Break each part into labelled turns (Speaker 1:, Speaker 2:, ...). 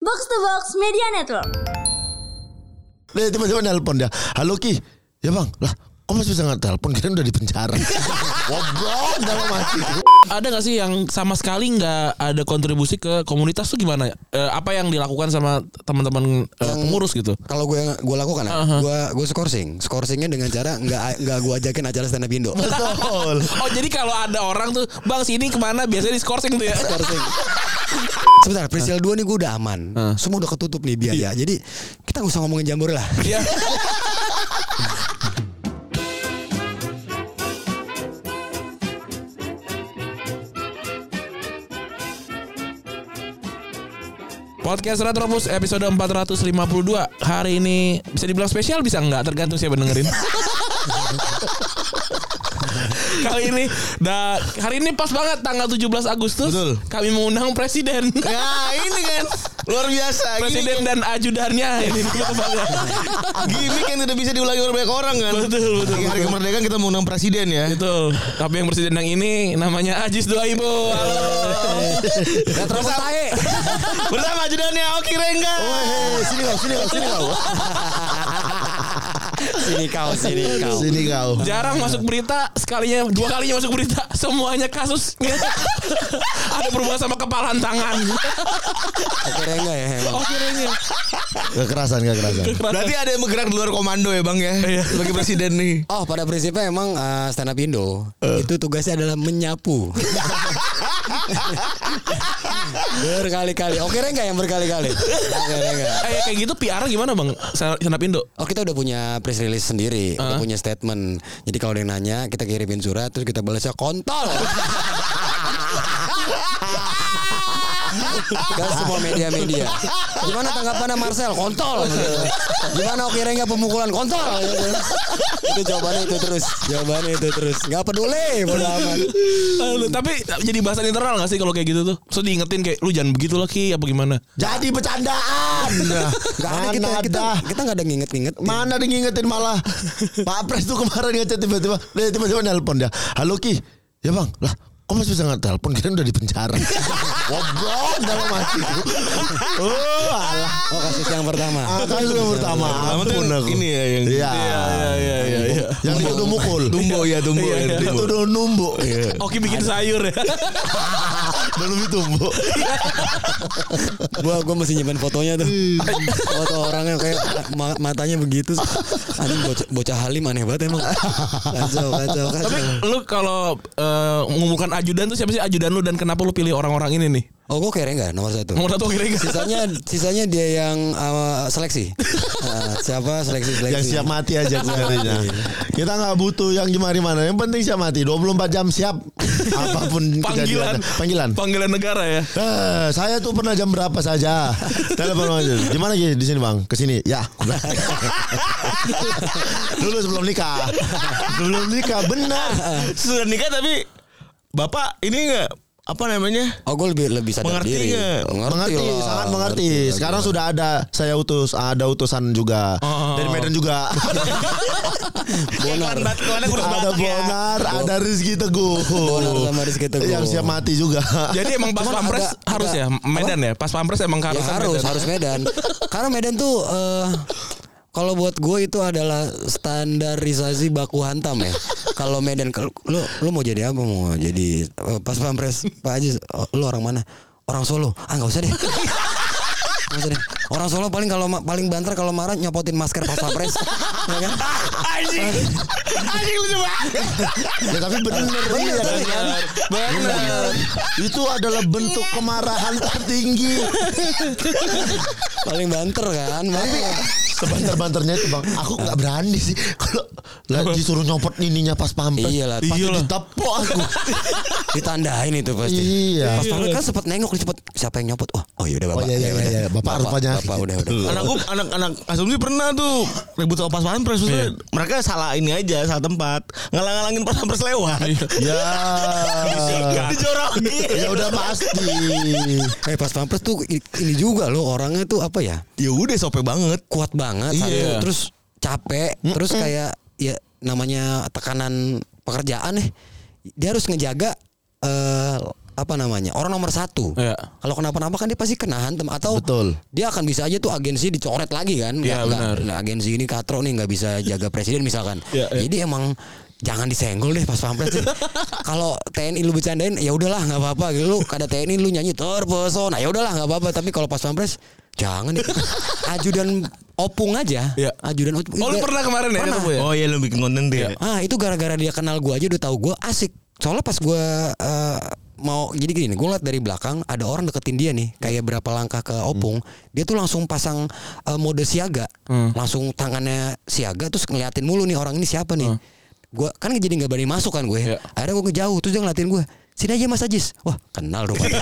Speaker 1: Box to Box Media Network.
Speaker 2: Dia tiba-tiba nelpon dia. Halo Ki. Ya bang. Lah kok masih bisa nge-telepon? Kirain udah di penjara. Goblok dalam hati.
Speaker 3: Ada gak sih yang sama sekali gak ada kontribusi ke komunitas tuh gimana? Apa yang dilakukan sama teman-teman pengurus gitu?
Speaker 4: Kalau gue lakukan gue scoring dengan cara nggak gue ajakin acara stand up Indo.
Speaker 2: Betul.
Speaker 3: Oh jadi kalau ada orang tuh bang sini kemana biasanya di scoring tuh ya?
Speaker 4: Scoring. Sebentar, Presiden 2 nih gue udah aman. Semua udah ketutup nih biaya. Jadi kita gak usah ngomongin jambore lah.
Speaker 3: Iya. Podcast Retropus episode 452. Hari ini bisa dibilang spesial bisa enggak? Tergantung siapa dengerin. Hari ini pas banget tanggal 17 Agustus.
Speaker 2: Betul.
Speaker 3: Kami mengundang presiden.
Speaker 2: Ya ini kan luar biasa.
Speaker 3: Presiden dan ajudannya ini
Speaker 2: Gimik yang tidak bisa diulangi oleh banyak orang kan.
Speaker 3: Betul.
Speaker 2: Hari kemerdekaan kita mengundang presiden ya.
Speaker 3: Betul. Tapi yang presiden yang ini namanya Ajis Doaibo. Halo.
Speaker 2: Bersama ajudannya Oki Rengga. Sini kau.
Speaker 3: Jarang masuk berita, dua kalinya masuk berita, semuanya kasus. Ada berhubungan sama kepalan tangan.
Speaker 4: Oke Rengga ya emang.
Speaker 3: Oke Rengga.
Speaker 2: Kekerasan. Berarti ada yang bergerak di luar komando ya bang ya. Sebagai presiden nih.
Speaker 4: Oh pada prinsipnya emang stand up Indo itu tugasnya adalah menyapu. Berkali-kali. Oke Rengga yang berkali-kali. Oke Rengga.
Speaker 3: Kayak gitu PR gimana bang? Stand up Indo.
Speaker 4: Oh kita udah punya press release sendiri, udah punya statement. Jadi kalau ada yang nanya kita kirimin surat terus kita balasnya kontol. Ke semua media-media. Gimana tanggapannya Marcel? Kontol. Gimana Oki Rengga pemukulan? Kontol. Itu jawabannya itu terus. Gak peduli, bodo amat.
Speaker 3: Tapi jadi bahasan internal gak sih kalau kayak gitu tuh? So diingetin kayak lu jangan begitu lagi apa gimana?
Speaker 2: Jadi bercandaan.
Speaker 4: Gak ada kita gak ada nginget-nginget.
Speaker 2: Mana ada ngingetin malah. Pak Pres tuh kemarin ngechat tiba-tiba nelpon dia. Halo Ki. Ya bang. Lah kok masih bisa nge-telepon? Kirain udah di penjara. Goblok dalam hati.
Speaker 4: Oh kasus yang pertama.
Speaker 2: Kasus yang pertama. Ampun aku.
Speaker 3: Ini ya yang.
Speaker 2: Iya. Yang dituduh mukul.
Speaker 3: Tumbo.
Speaker 2: Dituduh numbuk.
Speaker 3: Oki bikin sayur ya.
Speaker 2: Belum ditumbo.
Speaker 4: Gua mesti nyimpen fotonya tuh. Foto orangnya kayak matanya begitu. Anjing bocah Halim aneh banget emang. Kacau.
Speaker 3: Tapi lu kalau mengumpulkan ajudan tuh siapa sih ajudan lu dan kenapa lu pilih orang-orang ini nih?
Speaker 4: Oh gue Oki Rengga nomor 1.
Speaker 3: Oki Rengga.
Speaker 4: Sisanya dia yang seleksi. Siapa seleksi?
Speaker 2: Yang siap mati aja sebenarnya. Kita nggak butuh yang gimana. Yang penting siap mati. 24 jam siap. Apapun
Speaker 3: Panggilan negara ya.
Speaker 2: Saya tuh pernah jam berapa saja. Telepon aja. Gimana gitu di sini bang? Kesini. Ya. Dulu sebelum nikah. Benar.
Speaker 5: Sudah nikah tapi bapak ini enggak apa namanya?
Speaker 4: Oh gue lebih sadar diri.
Speaker 2: Mengerti, sangat mengerti. Sekarang sudah ada ada utusan juga dari Medan juga.
Speaker 4: Bonar.
Speaker 2: Ada Bonar, ada Rizky Teguh.
Speaker 4: Bonar sama Rizky Teguh.
Speaker 2: Yang siap mati juga.
Speaker 3: Jadi emang pas pampres harus ya Medan ya. Pas pampres emang harus.
Speaker 4: Ya, harus Medan. Karena Medan tuh kalau buat gue itu adalah standarisasi baku hantam ya. Kalau Medan lu mau jadi apa? Mau jadi pas pampres Pak Haji, lu orang mana? Orang Solo. Enggak usah deh. Orang Solo paling banter kalau marah nyopotin masker pas pampres. Ya kan? Anjing lucu banget.
Speaker 2: Ya tapi benar. Itu adalah bentuk kemarahan tertinggi.
Speaker 4: Paling banter kan.
Speaker 2: Sebanter-banternya itu bang. Aku gak berani sih kalau disuruh nyopot ininya pas pampres.
Speaker 4: Iyalah.
Speaker 2: Pasti ditepok aku.
Speaker 4: Ditandain itu pasti.
Speaker 2: Iya.
Speaker 4: Pas pampres kan sempat nengok siapa yang nyopot. Oh yaudah bapak.
Speaker 2: Iya. Bapak rupanya.
Speaker 4: Bapak udah.
Speaker 5: Anak asumsi pernah tuh ribut sama pas pampres. Mereka salah ini aja, salah tempat. Ngalang-ngalangin pas pampres lewat.
Speaker 2: Ya.
Speaker 5: Dijorokin.
Speaker 2: Ya udah pasti.
Speaker 4: Pas pampres tuh ini juga loh orangnya tuh apa ya?
Speaker 5: Ya udah sope banget.
Speaker 4: Kuat banget.
Speaker 3: Iya.
Speaker 4: Terus capek. Terus kayak ya namanya tekanan pekerjaan nih. Dia harus ngejaga apa namanya orang nomor 1.
Speaker 3: Iya.
Speaker 4: Kalau kenapa-napa kan dia pasti kena hantem atau
Speaker 2: Betul.
Speaker 4: dia akan bisa aja tuh agensi dicoret lagi kan.
Speaker 3: Iya, benar.
Speaker 4: Nah, agensi ini katro nih nggak bisa jaga presiden misalkan.
Speaker 3: Iya, iya.
Speaker 4: Jadi emang jangan disenggol deh pas pampres. Kalau TNI lu bercandain ya udahlah nggak apa-apa gitu. Lu kada TNI lu nyanyi terpesona ya udahlah nggak apa-apa. Tapi kalau pas pampres jangan deh. Ajudan opung aja.
Speaker 3: Iya.
Speaker 4: Ajudan opung.
Speaker 3: Oh lu pernah kemarin ya?
Speaker 4: Pernah.
Speaker 3: ketemu ya?
Speaker 5: Oh iya lu bikin konten tuh ya.
Speaker 4: Itu gara-gara dia kenal gue aja udah tahu gue asik. Soalnya pas gue mau jadi gini, gue liat dari belakang ada orang deketin dia nih, kayak berapa langkah ke opung, dia tuh langsung pasang mode siaga, langsung tangannya siaga, terus ngeliatin mulu nih orang ini siapa nih. Gue kan jadi nggak berani masuk kan gue.
Speaker 3: Yeah.
Speaker 4: Akhirnya gue ngejauh, terus dia ngeliatin gue. Sini aja Mas Ajis. Wah kenal rupanya.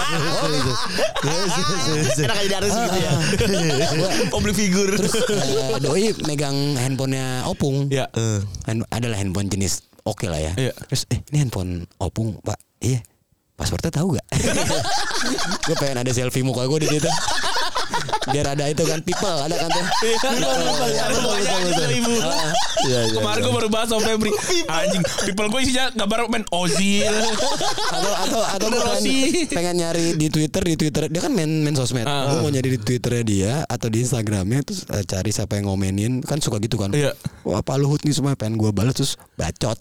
Speaker 5: Enak aja harus gitu ya. Public figure.
Speaker 4: Terus doi megang handphonenya opung.
Speaker 3: Iya.
Speaker 4: Adalah handphone jenis oke lah ya.
Speaker 3: Iya.
Speaker 4: Terus ini handphone opung Pak. Iya. Passwordnya tahu gak? Gue pengen ada selfie muka gue di situ. Biar ada itu kan people ada kan tuh.
Speaker 3: Ibu. Kemarin gue baru bahas sama Febri. Anjing, people gue isinya gambar main Ozil.
Speaker 4: Atau gue pengen nyari di Twitter dia kan main sosmed. Gue mau nyari di Twitternya dia atau di Instagramnya terus cari siapa yang ngomenin kan suka gitu kan.
Speaker 3: Iya.
Speaker 4: Wah Pak Luhut nih semua pengen gue balas terus bacot.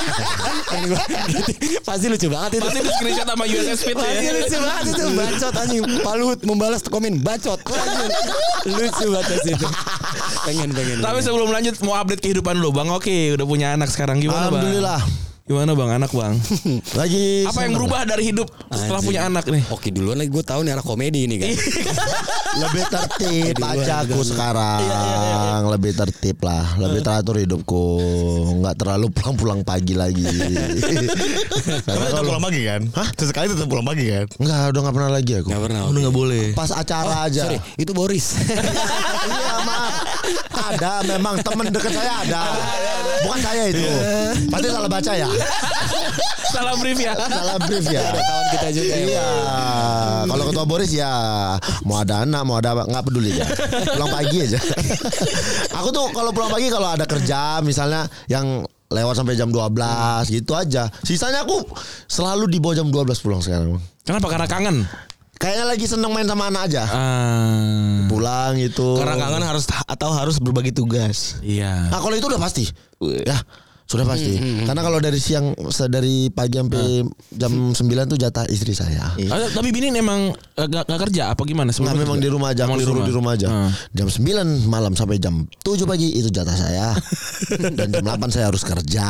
Speaker 4: Pasti lucu banget itu.
Speaker 3: Pasti di screenshot sama USS Speed ya.
Speaker 4: Pasti lucu banget itu bacot anjing. Pak Luhut membalas komen bacot. Lucu banget itu. Pengen.
Speaker 3: Tapi sebelum lanjut mau update kehidupan lu Bang. Oke, udah punya anak sekarang gimana Bang?
Speaker 2: Alhamdulillah.
Speaker 3: Gimana Bang anak Bang?
Speaker 2: Lagi
Speaker 3: Apa yang berubah dari hidup setelah
Speaker 4: Anjing.
Speaker 3: punya anak nih?
Speaker 4: Oke duluan lagi gue tahu nih arah komedi ini kan.
Speaker 2: lebih tertib
Speaker 4: Duluan,
Speaker 2: aja aku
Speaker 4: duluan.
Speaker 2: sekarang. Lebih tertib lah, lebih teratur hidupku. Nggak terlalu pulang-pulang pagi lagi.
Speaker 5: Tapi tetap pulang pagi kan? Hah? Sesekali tetap pulang pagi kan?
Speaker 2: Enggak, udah nggak pernah lagi aku.
Speaker 4: Gak pernah.
Speaker 5: Udah nggak boleh.
Speaker 2: Pas acara aja.
Speaker 4: Sorry, itu Boris.
Speaker 2: Iya maaf. Ada memang teman dekat saya ada. Bukan saya itu. Pasti salah baca ya.
Speaker 3: Salah brief ya.
Speaker 2: Salah brief ya.
Speaker 4: Kawan kita juga ya.
Speaker 2: Iya. Kalau ketua Boris ya mau ada anak mau ada apa nggak peduli ya. Pulang pagi aja. Aku tuh kalau pulang pagi kalau ada kerja misalnya yang lewat sampai jam 12 gitu aja. Sisanya aku selalu di bawah jam 12 pulang sekarang.
Speaker 3: Kenapa? Karena kangen.
Speaker 2: Kayaknya lagi seneng main sama anak aja. Pulang gitu.
Speaker 5: Karena kangen harus berbagi tugas.
Speaker 3: Iya.
Speaker 2: Nah kalau itu udah pasti. Ya sudah pasti. Karena kalau dari dari pagi sampai jam 9 tuh jatah istri saya.
Speaker 3: Tapi Bini emang gak kerja apa gimana?
Speaker 2: Nah, memang di rumah aja. Aku suruh di rumah aja. Jam 9 malam sampai jam 7 pagi itu jatah saya. Dan jam 8 saya harus kerja.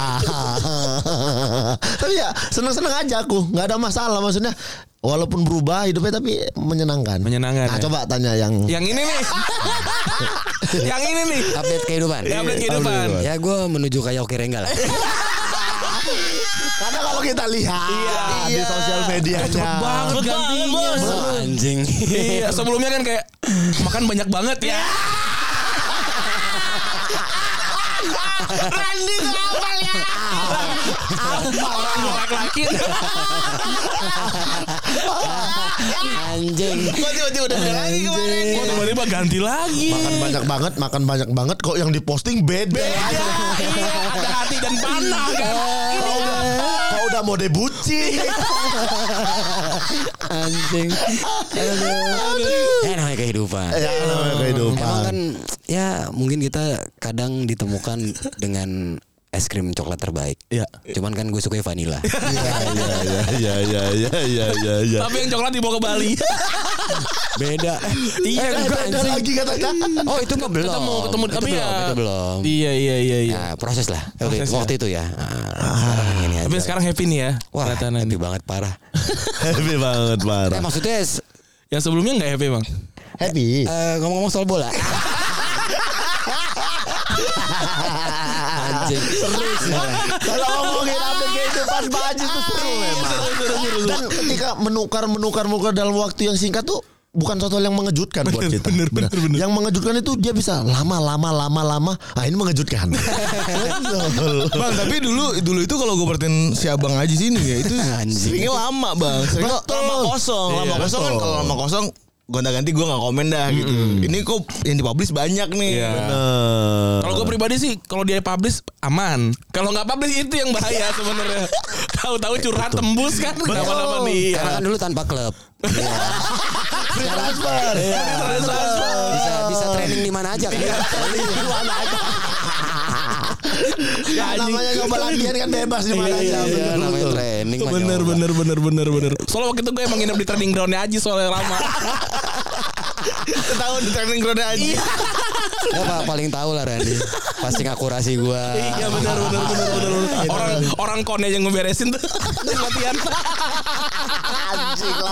Speaker 2: Tapi ya senang-senang aja aku. Gak ada masalah maksudnya. Walaupun berubah hidupnya tapi menyenangkan.
Speaker 3: Menyenangkan.
Speaker 2: Nah
Speaker 3: Ya?
Speaker 2: coba tanya yang
Speaker 3: ini nih. Yang ini nih.
Speaker 4: Update kehidupan.
Speaker 3: Update kehidupan.
Speaker 4: Ya gue menuju kayak Oke Rengga lah.
Speaker 2: karena kalau kita lihat di sosial medianya
Speaker 3: Cepet banget gantinya.
Speaker 4: Anjing.
Speaker 3: Iya, sebelumnya kan kayak makan banyak banget ya. Randy apa ya? Laki-laki.
Speaker 4: Anjing.
Speaker 5: Kok tiba-tiba udah beda lagi kemarin?
Speaker 3: Kok tiba-tiba ganti lagi?
Speaker 2: makan banyak banget kok yang diposting beda.
Speaker 3: Iya, ada hati dan panah kan.
Speaker 2: Kau udah mode bucin.
Speaker 4: Anjing. Ya namanya kehidupan.
Speaker 2: Ya namanya kehidupan.
Speaker 4: Emang kan ya mungkin kita kadang ditemukan dengan es krim coklat terbaik.
Speaker 3: Iya.
Speaker 4: Cuman kan gue suka vanilla.
Speaker 2: Iya.
Speaker 3: Tapi yang coklat dibawa ke Bali.
Speaker 4: Beda.
Speaker 2: Beda lagi katanya.
Speaker 4: Oh itu mah belum.
Speaker 3: Ketemu tapi ya.
Speaker 4: Itu belum.
Speaker 3: Iya.
Speaker 4: Ya proses lah.
Speaker 3: Proses
Speaker 4: Waktu itu ya. Sekarang ini aja.
Speaker 3: Tapi sekarang happy nih ya.
Speaker 4: Wah
Speaker 3: kelihatannya
Speaker 4: happy
Speaker 3: nih.
Speaker 4: banget parah.
Speaker 2: Happy banget parah.
Speaker 4: Maksudnya
Speaker 3: Yang sebelumnya nggak happy Bang.
Speaker 2: Happy.
Speaker 4: ngomong-ngomong soal bola. Anjing.
Speaker 2: Seru sih. Kalau ngomongin update kehidupan Pak Haji itu seru memang. Dan ketika menukar dalam waktu yang singkat tuh bukan suatu hal yang mengejutkan buat kita.
Speaker 3: Bener.
Speaker 2: Yang mengejutkan itu dia bisa lama. Nah ini mengejutkan. Betul.
Speaker 5: Bang, tapi dulu itu kalau gue perhatiin si Abang Haji sini ya itu
Speaker 4: Anjing.
Speaker 5: seringnya lama bang. Seringnya
Speaker 2: Betul.
Speaker 5: lama kosong.
Speaker 2: Iya,
Speaker 5: Lama kosong kan
Speaker 2: betul.
Speaker 5: kalau lama kosong gonta-ganti gue nggak komen dah gitu. Ini kok yang dipublish banyak nih.
Speaker 3: Iya. Kalau gue pribadi sih, kalau dia publish aman. Kalau nggak publish itu yang bahaya sebenarnya. Tahu-tahu curhat tembus kan nama-nama nih.
Speaker 4: Karena kan dulu tanpa klub. Iya.
Speaker 2: Free transfer.
Speaker 4: Bisa training di mana aja kan.
Speaker 2: Di mana aja. Ya namanya nyoba latihan kan bebas di mana aja.
Speaker 4: Iya, namanya training.
Speaker 3: Bener. Soalnya waktu itu gue emang nginep di training groundnya aja soalnya lama.
Speaker 5: Setahun di training ground aja.
Speaker 4: Ya Pak paling tahu lah Randy. Pasti akurasi gua.
Speaker 3: Iya benar. Orang konnya yang ngeberesin tuh latihan.
Speaker 2: Anjing lah.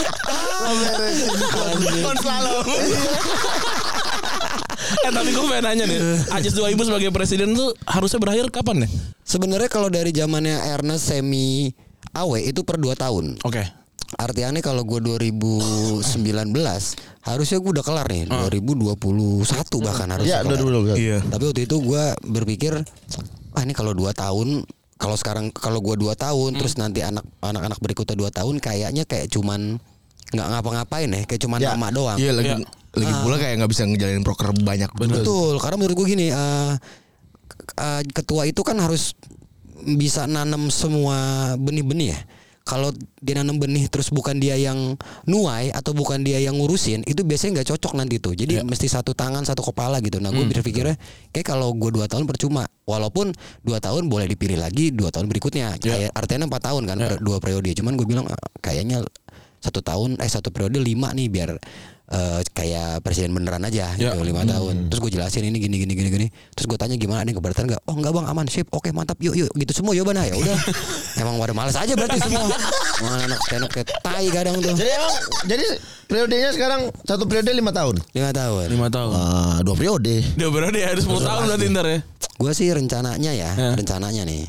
Speaker 2: Beresin
Speaker 5: Kon slalom.
Speaker 3: Tapi gue pengen nanya nih, Ajis 2000 sebagai presiden tuh harusnya berakhir kapan ya?
Speaker 4: Sebenarnya kalau dari zamannya Ernest Semi Awe itu per 2 tahun.
Speaker 3: Oke.
Speaker 4: Artinya kalau gue 2019 harusnya gue udah kelar nih 2021 bahkan harusnya
Speaker 2: Iya,
Speaker 4: kelar.
Speaker 5: Iya.
Speaker 4: Tapi waktu itu gue berpikir ini kalau 2 tahun, kalau sekarang kalau gue 2 tahun terus nanti anak-anak berikutnya 2 tahun kayaknya kayak cuman nggak ngapa-ngapain ya, kayak cuman nama doang.
Speaker 5: Iya lagi pula kayak nggak bisa ngejalanin proker banyak.
Speaker 4: Betul, karena menurut gue gini, ketua itu kan harus bisa nanam semua benih-benih ya. Kalau dia nanam benih terus bukan dia yang nuai atau bukan dia yang ngurusin, itu biasanya nggak cocok nanti tuh. Jadi mesti satu tangan satu kepala gitu. Nah gue berpikirnya kayak kalau gue 2 tahun percuma. Walaupun 2 tahun boleh dipilih lagi 2 tahun berikutnya. Kayak artinya 4 tahun kan 2 periode. Cuman gue bilang kayaknya 1 periode 5 nih biar kayak presiden beneran aja gitu 5 tahun. Terus gue jelasin ini gini. Terus gue tanya gimana, ada yang keberatan nggak? Oh nggak bang, aman, sip, oke mantap, yuk gitu semua jawaban. Ya udah. Emang pada malas aja berarti semua. Anak stand up kayak tai kadang tuh.
Speaker 2: Jadi periodenya sekarang 1 periode 5 tahun.
Speaker 4: 5 tahun.
Speaker 3: 5 tahun.
Speaker 2: 2 periode.
Speaker 3: Dia berarti ada 10 tahun berarti ntar ya.
Speaker 4: Gue sih rencananya nih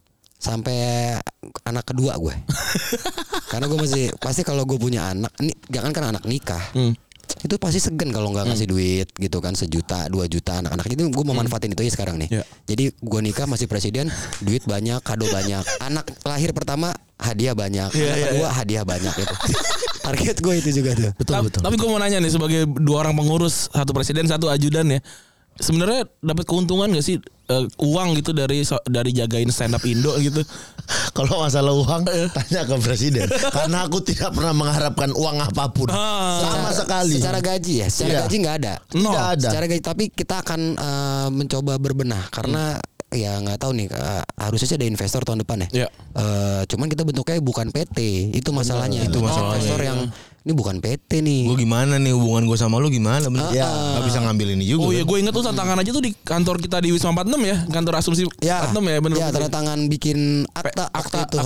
Speaker 4: sampai anak kedua gue. Karena gue masih pasti kalau gue punya anak, ini jangan kan anak nikah. Itu pasti segan kalau nggak ngasih duit gitu kan, 1 juta 2 juta anak-anak itu gue mau manfaatin itu aja sekarang nih. Jadi gue nikah masih presiden, duit banyak, kado banyak. Anak lahir pertama hadiah banyak, anak kedua hadiah banyak gitu. Target gue itu juga tuh.
Speaker 2: Betul.
Speaker 3: Tapi gue mau nanya nih sebagai 2 orang pengurus, 1 presiden 1 ajudan ya. Sebenarnya dapat keuntungan gak sih uang gitu dari jagain stand up Indo gitu?
Speaker 2: Kalau masalah uang tanya ke presiden. Karena aku tidak pernah mengharapkan uang apapun sama sekali.
Speaker 4: Secara gaji ya, gaji nggak ada.
Speaker 2: Tidak ada.
Speaker 4: Secara gaji, tapi kita akan mencoba berbenah karena ya nggak tahu nih, harusnya sih ada investor tahun depan ya. Cuman kita bentuknya bukan PT, itu masalahnya. Investor yang ini bukan PT nih.
Speaker 5: Gue gimana nih hubungan gue sama lu gimana? Gak bisa ngambil ini juga.
Speaker 3: Oh iya, gue inget tuh tantangan aja tuh di kantor kita di Wisma 46 ya, kantor asumsi 46 ya, bener.
Speaker 4: Ya, tanda tangan bikin akta itu.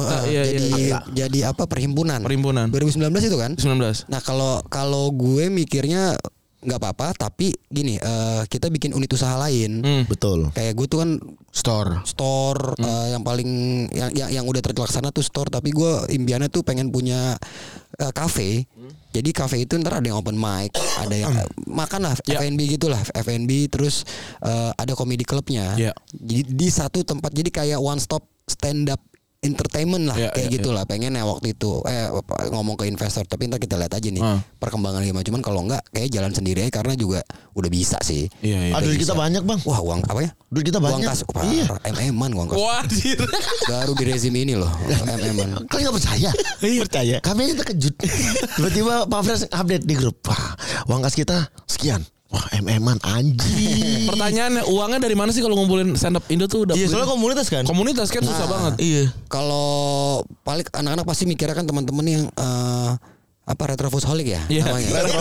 Speaker 4: Jadi apa, perhimpunan. 2019 itu kan?
Speaker 3: 19.
Speaker 4: Nah, kalau gue mikirnya nggak apa-apa, tapi gini, kita bikin unit usaha lain.
Speaker 2: Betul.
Speaker 4: Kayak gue tuh kan
Speaker 5: Store.
Speaker 4: yang paling yang udah terlaksana tuh store, tapi gue impiannya tuh pengen punya cafe. Jadi cafe itu ntar ada yang open mic, ada yang makan lah, F&B gitulah, F&B, terus ada comedy clubnya. Jadi di satu tempat, jadi kayak one stop stand up entertainment lah, kayak gitulah. Pengen ya waktu itu ngomong ke investor, tapi ntar kita lihat aja nih perkembangan gimana. Cuman kalau enggak kayak jalan sendiri aja, karena juga udah bisa sih.
Speaker 2: Duit kita banyak bang.
Speaker 4: Wah, uang apa ya?
Speaker 2: Duit kita banyak.
Speaker 4: Uang kas, MM-an uang kas.
Speaker 3: Wah,
Speaker 4: Baru di rezim ini loh, MM-an.
Speaker 2: Kalian nggak percaya? Percaya. Kami aja terkejut. Tiba-tiba Pak Fres update di grup. Wah, uang kas kita sekian. Wah, MM-an anjing.
Speaker 3: Pertanyaannya, uangnya dari mana sih kalau ngumpulin stand up Indo tuh udah?
Speaker 5: Iya, soalnya komunitas kan.
Speaker 3: Komunitas kan susah banget.
Speaker 5: Iya.
Speaker 4: Kalau paling anak-anak pasti mikirnya kan teman-teman yang retrofosholic ya namanya.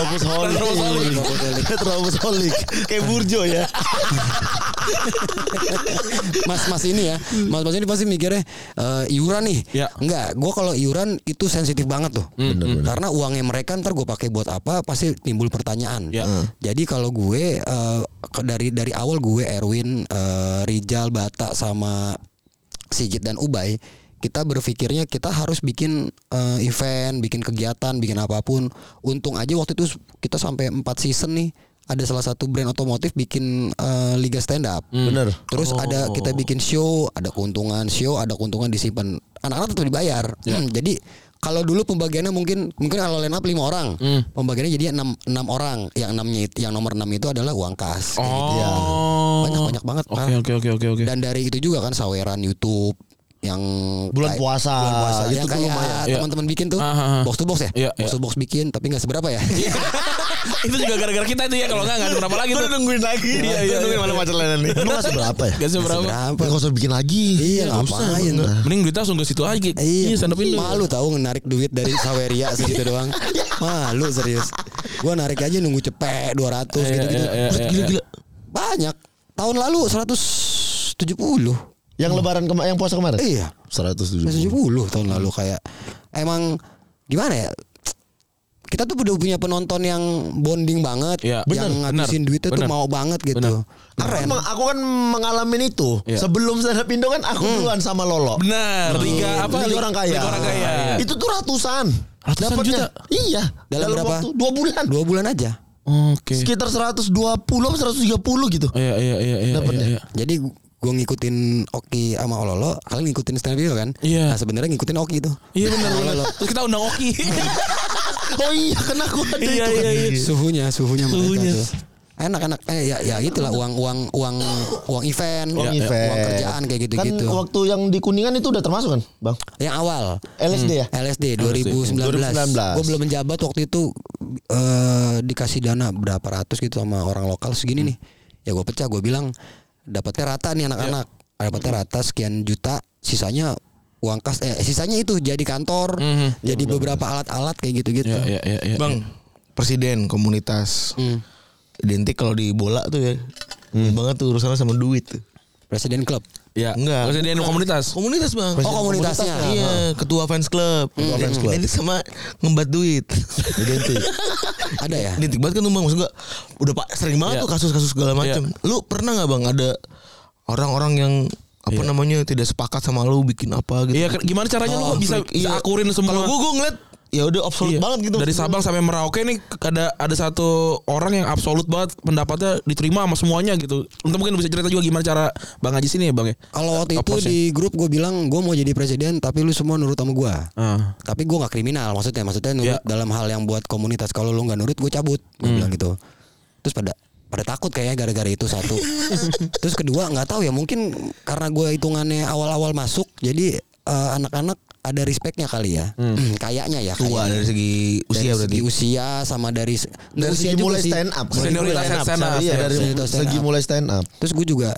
Speaker 2: Retrofosholic. Kayak Burjo ya.
Speaker 4: Mas ini ya. Mas ini pasti mikirnya iuran nih. Enggak, gue kalau iuran itu sensitif banget tuh. Karena uangnya mereka ntar gue pakai buat apa, pasti timbul pertanyaan. Jadi kalau gue dari awal gue Erwin, Rijal, Bata sama Sigit dan Ubay, kita berpikirnya kita harus bikin event, bikin kegiatan, bikin apapun. Untung aja waktu itu kita sampai 4 season nih. Ada salah satu brand otomotif bikin liga stand up.
Speaker 2: Bener.
Speaker 4: Terus ada kita bikin show, ada keuntungan show, ada keuntungan disimpan. Anak-anak tetap dibayar. Jadi Kalau dulu pembagiannya mungkin kalau line up 5 orang, pembagiannya jadi 6 orang. Yang nomor 6 itu adalah uang kas.
Speaker 3: Oh.
Speaker 4: Banyak banget.
Speaker 3: Oke.
Speaker 4: Dan dari itu juga kan saweran YouTube yang
Speaker 2: Bulan puasa
Speaker 4: yang
Speaker 2: itu tuh
Speaker 4: kayak
Speaker 2: lumayan.
Speaker 4: teman-teman bikin tuh box to box ya.
Speaker 3: Iya,
Speaker 4: Box to box bikin tapi nggak seberapa ya.
Speaker 3: Itu juga gara-gara kita itu ya, kalau enggak ada berapa lagi
Speaker 5: Gue
Speaker 3: tuh.
Speaker 5: nungguin lagi. Iya. Nungguin mana pacar lain nih.
Speaker 2: Lu gak seberapa ya?
Speaker 3: Gak seberapa.
Speaker 2: Ya, gak usah bikin lagi.
Speaker 4: Iya, ngapain?
Speaker 3: Mending duitnya langsung ke situ aja.
Speaker 4: Iya,
Speaker 3: stand up Indo.
Speaker 4: malu tahu narik duit dari Saweria segitu doang. Malu serius. Gua narik aja nunggu cepet 200 gitu-gitu.
Speaker 3: Gila.
Speaker 4: Banyak. Tahun lalu 170.
Speaker 2: Yang lebaran yang puasa kemarin?
Speaker 4: Iya.
Speaker 2: 170.
Speaker 4: 170 tahun lalu kayak emang gimana ya? Kita tuh udah punya penonton yang bonding banget,
Speaker 3: Iya,
Speaker 4: yang ngabisin duitnya tuh mau banget gitu. Keren.
Speaker 2: Aku kan mengalami itu.
Speaker 3: Iya.
Speaker 2: Sebelum stand up Indo kan aku duluan sama Lolo.
Speaker 3: Benar. Liga
Speaker 2: orang kaya.
Speaker 3: Liga orang kaya.
Speaker 2: Itu tuh ratusan.
Speaker 3: Ratusan
Speaker 2: Dapatnya.
Speaker 3: juta?
Speaker 2: Iya.
Speaker 4: Dalam berapa?
Speaker 2: waktu 2 bulan.
Speaker 4: 2 bulan aja.
Speaker 3: Oke.
Speaker 2: Sekitar 120 atau 130 gitu.
Speaker 3: Iya.
Speaker 2: Dapatnya.
Speaker 4: Jadi gue ngikutin Oki sama Ololo, kalian ngikutin stand up Indo kan?
Speaker 3: Iya.
Speaker 4: Nah sebenarnya ngikutin Oki tuh.
Speaker 3: Iya benar. Terus kita undang Oki.
Speaker 2: Oh iya, kan aku ada
Speaker 3: Iya,
Speaker 2: itu kan.
Speaker 3: iya.
Speaker 4: Suhunya
Speaker 3: Suhunya.
Speaker 4: mereka tuh. Enak-enak ya itulah uang event,
Speaker 2: Uang event.
Speaker 4: uang kerjaan kayak
Speaker 2: Kan
Speaker 4: gitu-gitu.
Speaker 2: waktu yang di Kuningan itu udah termasuk kan, Bang?
Speaker 4: Yang awal
Speaker 2: LSD ya?
Speaker 4: LSD 2019.
Speaker 2: 2019.
Speaker 4: Gue belum menjabat waktu itu dikasih dana berapa ratus gitu sama orang lokal segini nih. Ya gue pecah, gue bilang dapatnya rata nih anak-anak. Dapatnya rata sekian juta, sisanya uang kas sisanya itu jadi kantor, jadi beberapa alat-alat kayak gitu-gitu.
Speaker 3: Iya.
Speaker 5: Bang, presiden komunitas. Identik kalau di bola tuh ya. Banget tuh urusannya sama duit tuh.
Speaker 4: Presiden klub.
Speaker 3: Iya.
Speaker 5: Enggak.
Speaker 3: Presiden komunitas.
Speaker 5: Komunitas, Bang.
Speaker 4: Oh, komunitasnya.
Speaker 5: Iya, ketua fans club.
Speaker 2: fans club.
Speaker 5: Identik sama ngembat duit.
Speaker 2: Identik.
Speaker 4: Ada ya?
Speaker 5: Identik banget kan tuh, Bang. Maksud gua udah sering banget
Speaker 3: Iya.
Speaker 5: tuh kasus-kasus segala macam. Lu pernah enggak, Bang, ada orang-orang yang apa namanya tidak sepakat sama lu bikin apa gitu?
Speaker 3: Iya, gimana caranya lu kok bisa akurin semua?
Speaker 5: Kalau gua ngeliat ya udah absolut
Speaker 3: Iya.
Speaker 5: banget gitu.
Speaker 3: Dari Sabang sampai Merauke nih ada satu orang yang absolut banget pendapatnya diterima sama semuanya gitu. Untuk mungkin bisa cerita juga gimana cara Bang Haji sini ya, Bang ya?
Speaker 4: Kalau waktu itu
Speaker 3: Oposnya.
Speaker 4: di grup gue bilang gue mau jadi presiden tapi lu semua nurut sama gue. Tapi gue nggak kriminal maksudnya nurut dalam hal yang buat komunitas. Kalau lu nggak nurut gue cabut. Gue bilang gitu. Terus pada takut kayaknya gara-gara itu satu. Terus kedua nggak tahu ya mungkin karena gue hitungannya awal-awal masuk jadi anak-anak ada respectnya kali ya. Kayaknya ya.
Speaker 5: Tua dari segi usia
Speaker 4: dari
Speaker 5: berarti.
Speaker 4: segi usia sama dari
Speaker 2: Dari
Speaker 4: usia
Speaker 2: segi
Speaker 4: juga
Speaker 2: mulai
Speaker 4: sih.
Speaker 2: stand up.
Speaker 3: Senioritas stand up.
Speaker 2: Iya, dari
Speaker 4: Senioritas stand
Speaker 2: segi
Speaker 4: up.
Speaker 2: mulai stand up.
Speaker 4: Terus gue juga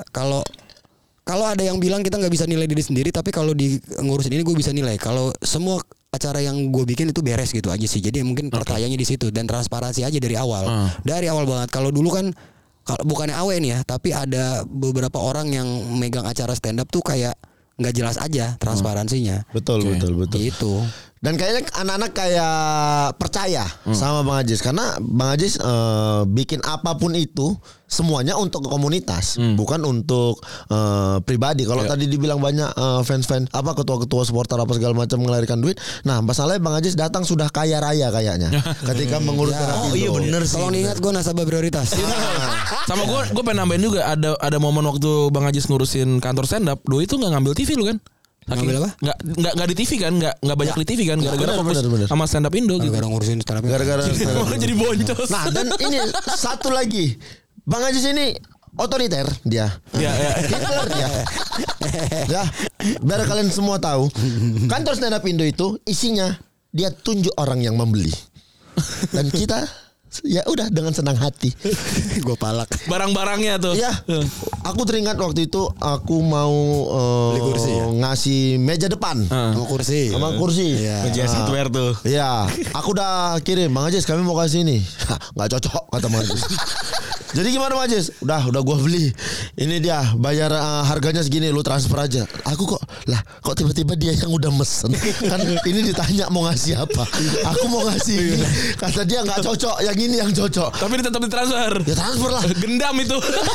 Speaker 4: kalau ada yang bilang kita nggak bisa nilai diri sendiri, tapi kalau di ngurusin ini gue bisa nilai. Kalau semua acara yang gue bikin itu beres gitu aja sih. Jadi mungkin percayanya di situ dan transparansi aja dari awal. Dari awal banget. Kalau dulu kan kalau bukannya awen ya, tapi ada beberapa orang yang megang acara stand up tuh kayak nggak jelas aja transparansinya.
Speaker 2: Betul.
Speaker 4: Gitu.
Speaker 2: Dan kayaknya anak-anak kayak percaya sama Bang Ajis karena Bang Ajis bikin apapun itu semuanya untuk komunitas, bukan untuk pribadi. Kalau tadi dibilang banyak fans-fans apa ketua-ketua supporter apa segala macam mengelarikan duit. Nah, masalahnya Bang Ajis datang sudah kaya raya kayaknya ketika mengurus
Speaker 5: Oh iya bener sih.
Speaker 4: Tolong diingat gue nasabah prioritas.
Speaker 3: Sama gue pengen nambahin juga ada momen waktu Bang Ajis ngurusin kantor stand up, Doi itu nggak ngambil TV lu kan?
Speaker 4: Ngambil apa?
Speaker 3: Nggak di TV kan? Nggak banyak di TV kan? Gara-gara fokus
Speaker 2: bener.
Speaker 3: sama stand up Indo gitu.
Speaker 4: Gara-gara ngurusin stand up.
Speaker 2: gara-gara
Speaker 3: Malah jadi boncos.
Speaker 2: Nah, dan ini satu lagi. Bang Ajis ini otoriter dia.
Speaker 3: Iya.
Speaker 2: Hitler dia. Ya, biar kalian semua tahu. Kantor stand up Indo itu isinya dia tunjuk orang yang membeli. Dan kita ya udah dengan senang hati.
Speaker 4: Gue palak.
Speaker 3: Barang-barangnya tuh.
Speaker 2: Ya, aku teringat waktu itu aku mau
Speaker 4: Beli kursi ya?
Speaker 2: ngasih meja depan
Speaker 4: Sama kursi.
Speaker 2: sama kursi.
Speaker 4: Iya.
Speaker 5: Meja streetwear tuh.
Speaker 2: Iya, aku udah kirim Bang Ajis kami mau kasih ini. Nggak cocok kata Bang Ajis. Jadi gimana Bang Ajis? Udah gua beli. Ini dia bayar harganya segini lu transfer aja. Aku kok tiba-tiba dia yang udah mesen. Kan ini ditanya mau ngasih apa. Aku mau ngasih ini. Kata dia nggak cocok, yang ini yang cocok.
Speaker 3: Tapi tetap ditransfer.
Speaker 2: Ya transfer lah.
Speaker 3: Gendam itu.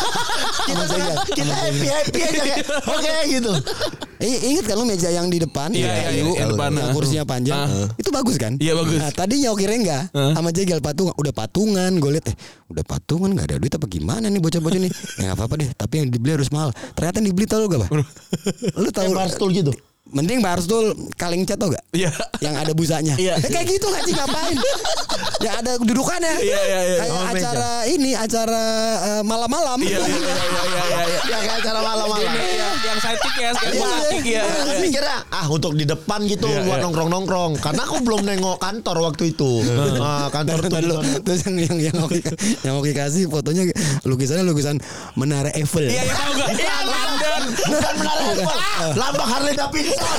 Speaker 2: Kita happy aja kayak oke gitu.
Speaker 4: Ingat kan lu meja yang di depan?
Speaker 3: Iya,
Speaker 4: kayu,
Speaker 3: yang depan,
Speaker 4: yang kursinya panjang. Itu bagus kan?
Speaker 3: Iya, bagus.
Speaker 4: Nah, tadinya Oki Rengga sama Jegel udah patungan. Gue liat udah patungan nggak ada duit apa gimana nih bocah-bocah nih? Ya nggak apa-apa deh. Tapi yang dibeli harus mahal. Ternyata yang dibeli tau lu gak, Pak? Lu tahu
Speaker 2: Bar stool gitu.
Speaker 4: mending Barstool kaleng cat tau gak?
Speaker 3: Iya.
Speaker 4: Yang ada busanya.
Speaker 3: Iya.
Speaker 4: Kayak gitu kan sih ngapain? Yang ada dudukannya.
Speaker 3: Iya.
Speaker 4: Kayak acara malam-malam.
Speaker 3: Iya.
Speaker 2: Ya kayak acara malam-malam.
Speaker 3: Yang sidekick ya, sidekick ya.
Speaker 2: Aku mikirnya untuk di depan gitu buat nongkrong-nongkrong. Karena aku belum nengok kantor waktu itu. Kantor tuh.
Speaker 4: Terus yang Oki kasih fotonya lukisan Menara Eiffel.
Speaker 3: Iya, tahu enggak? Iya, London.
Speaker 2: Bukan Menara Eiffel. Lambang Harley Davidson.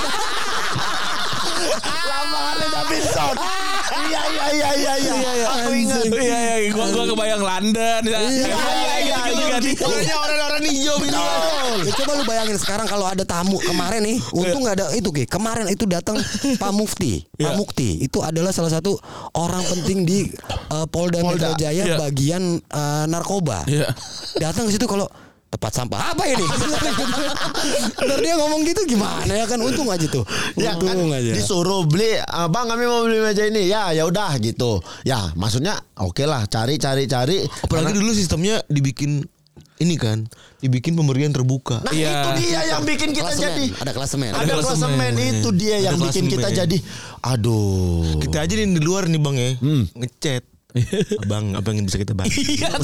Speaker 2: Lambang Harley Davidson. Iya. Aku ingat.
Speaker 3: Iya, gua kebayang London.
Speaker 2: Iya.
Speaker 3: Gitu.
Speaker 5: Orang-orang hijau gitu.
Speaker 4: Ya, coba lu bayangin sekarang kalau ada tamu kemarin nih, untung nggak ada itu Ki. Kemarin itu datang Pak Mufti. Pak Mukti itu adalah salah satu orang penting di Polda Metro Jaya bagian narkoba.
Speaker 3: Iya.
Speaker 4: Datang ke situ kalau tempat sampah apa ini? Bener dia ngomong gitu gimana ya kan untung aja tuh.
Speaker 2: Ya kan
Speaker 4: Untung aja.
Speaker 2: disuruh beli, Bang kami mau beli meja ini. Ya udah gitu. Ya maksudnya oke lah cari.
Speaker 5: Apalagi dulu sistemnya dibikin ini kan, dibikin pemberian terbuka.
Speaker 2: Nah itu dia yang bikin kita jadi
Speaker 4: Ada klasemen.
Speaker 2: Ada klasemen itu dia yang
Speaker 5: Ada
Speaker 2: bikin kita
Speaker 5: klasemen.
Speaker 2: jadi aduh.
Speaker 5: Kita aja nih di luar nih Bang ya, ngechat. Abang, apa yang bisa kita bantu?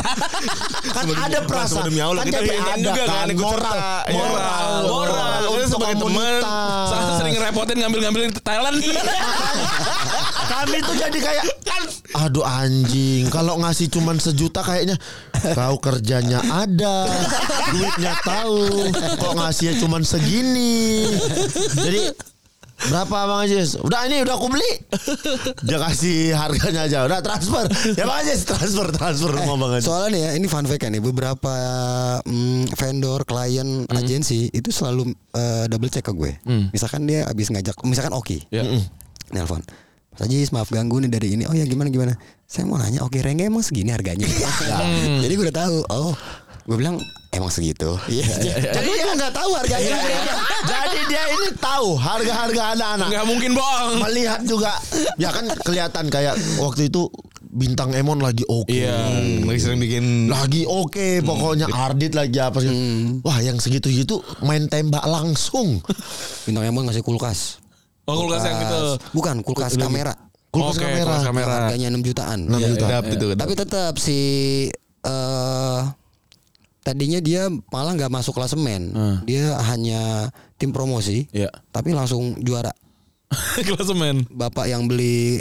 Speaker 2: Kan ada perasaan
Speaker 5: demi Allah,
Speaker 2: kan
Speaker 5: kita
Speaker 2: jadi
Speaker 5: ingin
Speaker 2: ada
Speaker 5: juga
Speaker 2: kan
Speaker 5: kan ikut
Speaker 2: moral
Speaker 5: serta.
Speaker 2: untuk
Speaker 5: sebagai teman.
Speaker 2: komunitas.
Speaker 3: Soalnya sering ngerepotin ngambil-ngambilin ke Thailand.
Speaker 2: Kami tuh jadi kayak aduh anjing, kalau ngasih cuman 1 juta kayaknya kau kerjanya ada, duitnya tahu, kok ngasihnya cuman segini. Jadi berapa Bang Ajis? Udah ini udah aku beli. Dia kasih harganya aja. Udah transfer. Ya Bang Ajis transfer rumah Bang Ajis.
Speaker 4: Soalnya nih ya, ini fun fact nih, beberapa vendor, klien, agensi itu selalu double check ke gue. Misalkan dia habis ngajak, misalkan Oki, nelpon, Mas Ajis maaf ganggu nih dari ini. Oh ya gimana? Saya mau nanya, Oki Rengga emang segini harganya? Jadi gue udah tahu. Oh, gue bilang emang segitu. Iya. Jadi gue nggak tahu harganya.
Speaker 2: Jadi dia ini tahu harga-harga anak-anak.
Speaker 3: Nggak mungkin bohong.
Speaker 2: Melihat juga. Ya kan kelihatan kayak waktu itu Bintang Emon lagi oke.
Speaker 3: Iya.
Speaker 5: Lagi sering bikin
Speaker 2: Lagi oke, pokoknya Ardit lagi apa sih. Wah yang segitu-gitu main tembak langsung.
Speaker 4: Bintang Emon ngasih kulkas.
Speaker 3: Oh, kulkas yang gitu.
Speaker 4: Bukan kulkas kamera.
Speaker 2: Kulkas
Speaker 3: Oke,
Speaker 2: kamera.
Speaker 3: kulkas kamera.
Speaker 4: Harganya 6 jutaan.
Speaker 2: 6 juta.
Speaker 4: Tapi tetap si tadinya dia malah nggak masuk klasemen. Dia hanya tim promosi.
Speaker 3: Iya.
Speaker 4: Tapi langsung juara.
Speaker 3: Klasemen.
Speaker 4: Bapak yang beli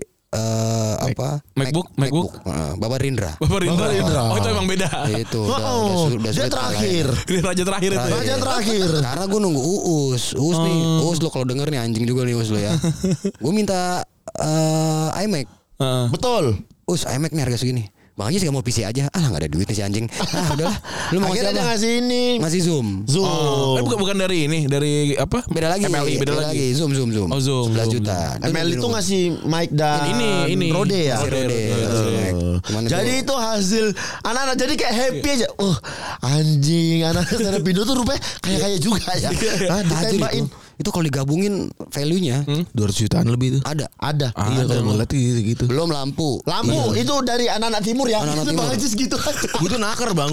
Speaker 3: MacBook?
Speaker 4: Bapak Rindra.
Speaker 3: Bapak Rindra. Oh itu emang beda.
Speaker 4: Itu udah
Speaker 2: Dia
Speaker 4: sulit
Speaker 2: terakhir.
Speaker 3: Ini raja terakhir itu.
Speaker 2: Raja terakhir.
Speaker 4: Karena gue nunggu Uus nih. Uus lo kalau denger nih anjing juga nih Uus lo ya. Gue minta iMac.
Speaker 2: Betul.
Speaker 4: Us iMac nih harga segini. Bang Ajis gak mau PC aja. Gak ada duit nih si anjing. Udahlah. Lu mau
Speaker 2: Akhirnya dia
Speaker 4: ngasih apa?
Speaker 2: ngasih ini.
Speaker 4: Ngasih Zoom.
Speaker 2: Zoom.
Speaker 3: Bukan dari ini, dari apa?
Speaker 4: Beda lagi.
Speaker 3: MLI, beda lagi.
Speaker 4: Zoom.
Speaker 3: Oh, Zoom.
Speaker 4: 11 juta.
Speaker 2: ML itu ngasih mic dan
Speaker 3: Ini.
Speaker 2: Rode ya.
Speaker 4: Rode.
Speaker 2: Jadi itu hasil anak-anak jadi kayak happy aja. Anjing anak-anak stand up Indo tuh rupanya kaya juga ya. Ditembakin.
Speaker 4: Itu kalau digabungin value-nya
Speaker 5: 200 jutaan lebih itu.
Speaker 4: ada.
Speaker 5: Iya kalau ngeliat gitu.
Speaker 4: Belum lampu.
Speaker 2: Lampu itu dari anak-anak timur ya.
Speaker 4: Anak-anak
Speaker 2: Itu
Speaker 4: timur.
Speaker 2: Bang Ajis gitu aja.
Speaker 5: Gue tuh nakar Bang,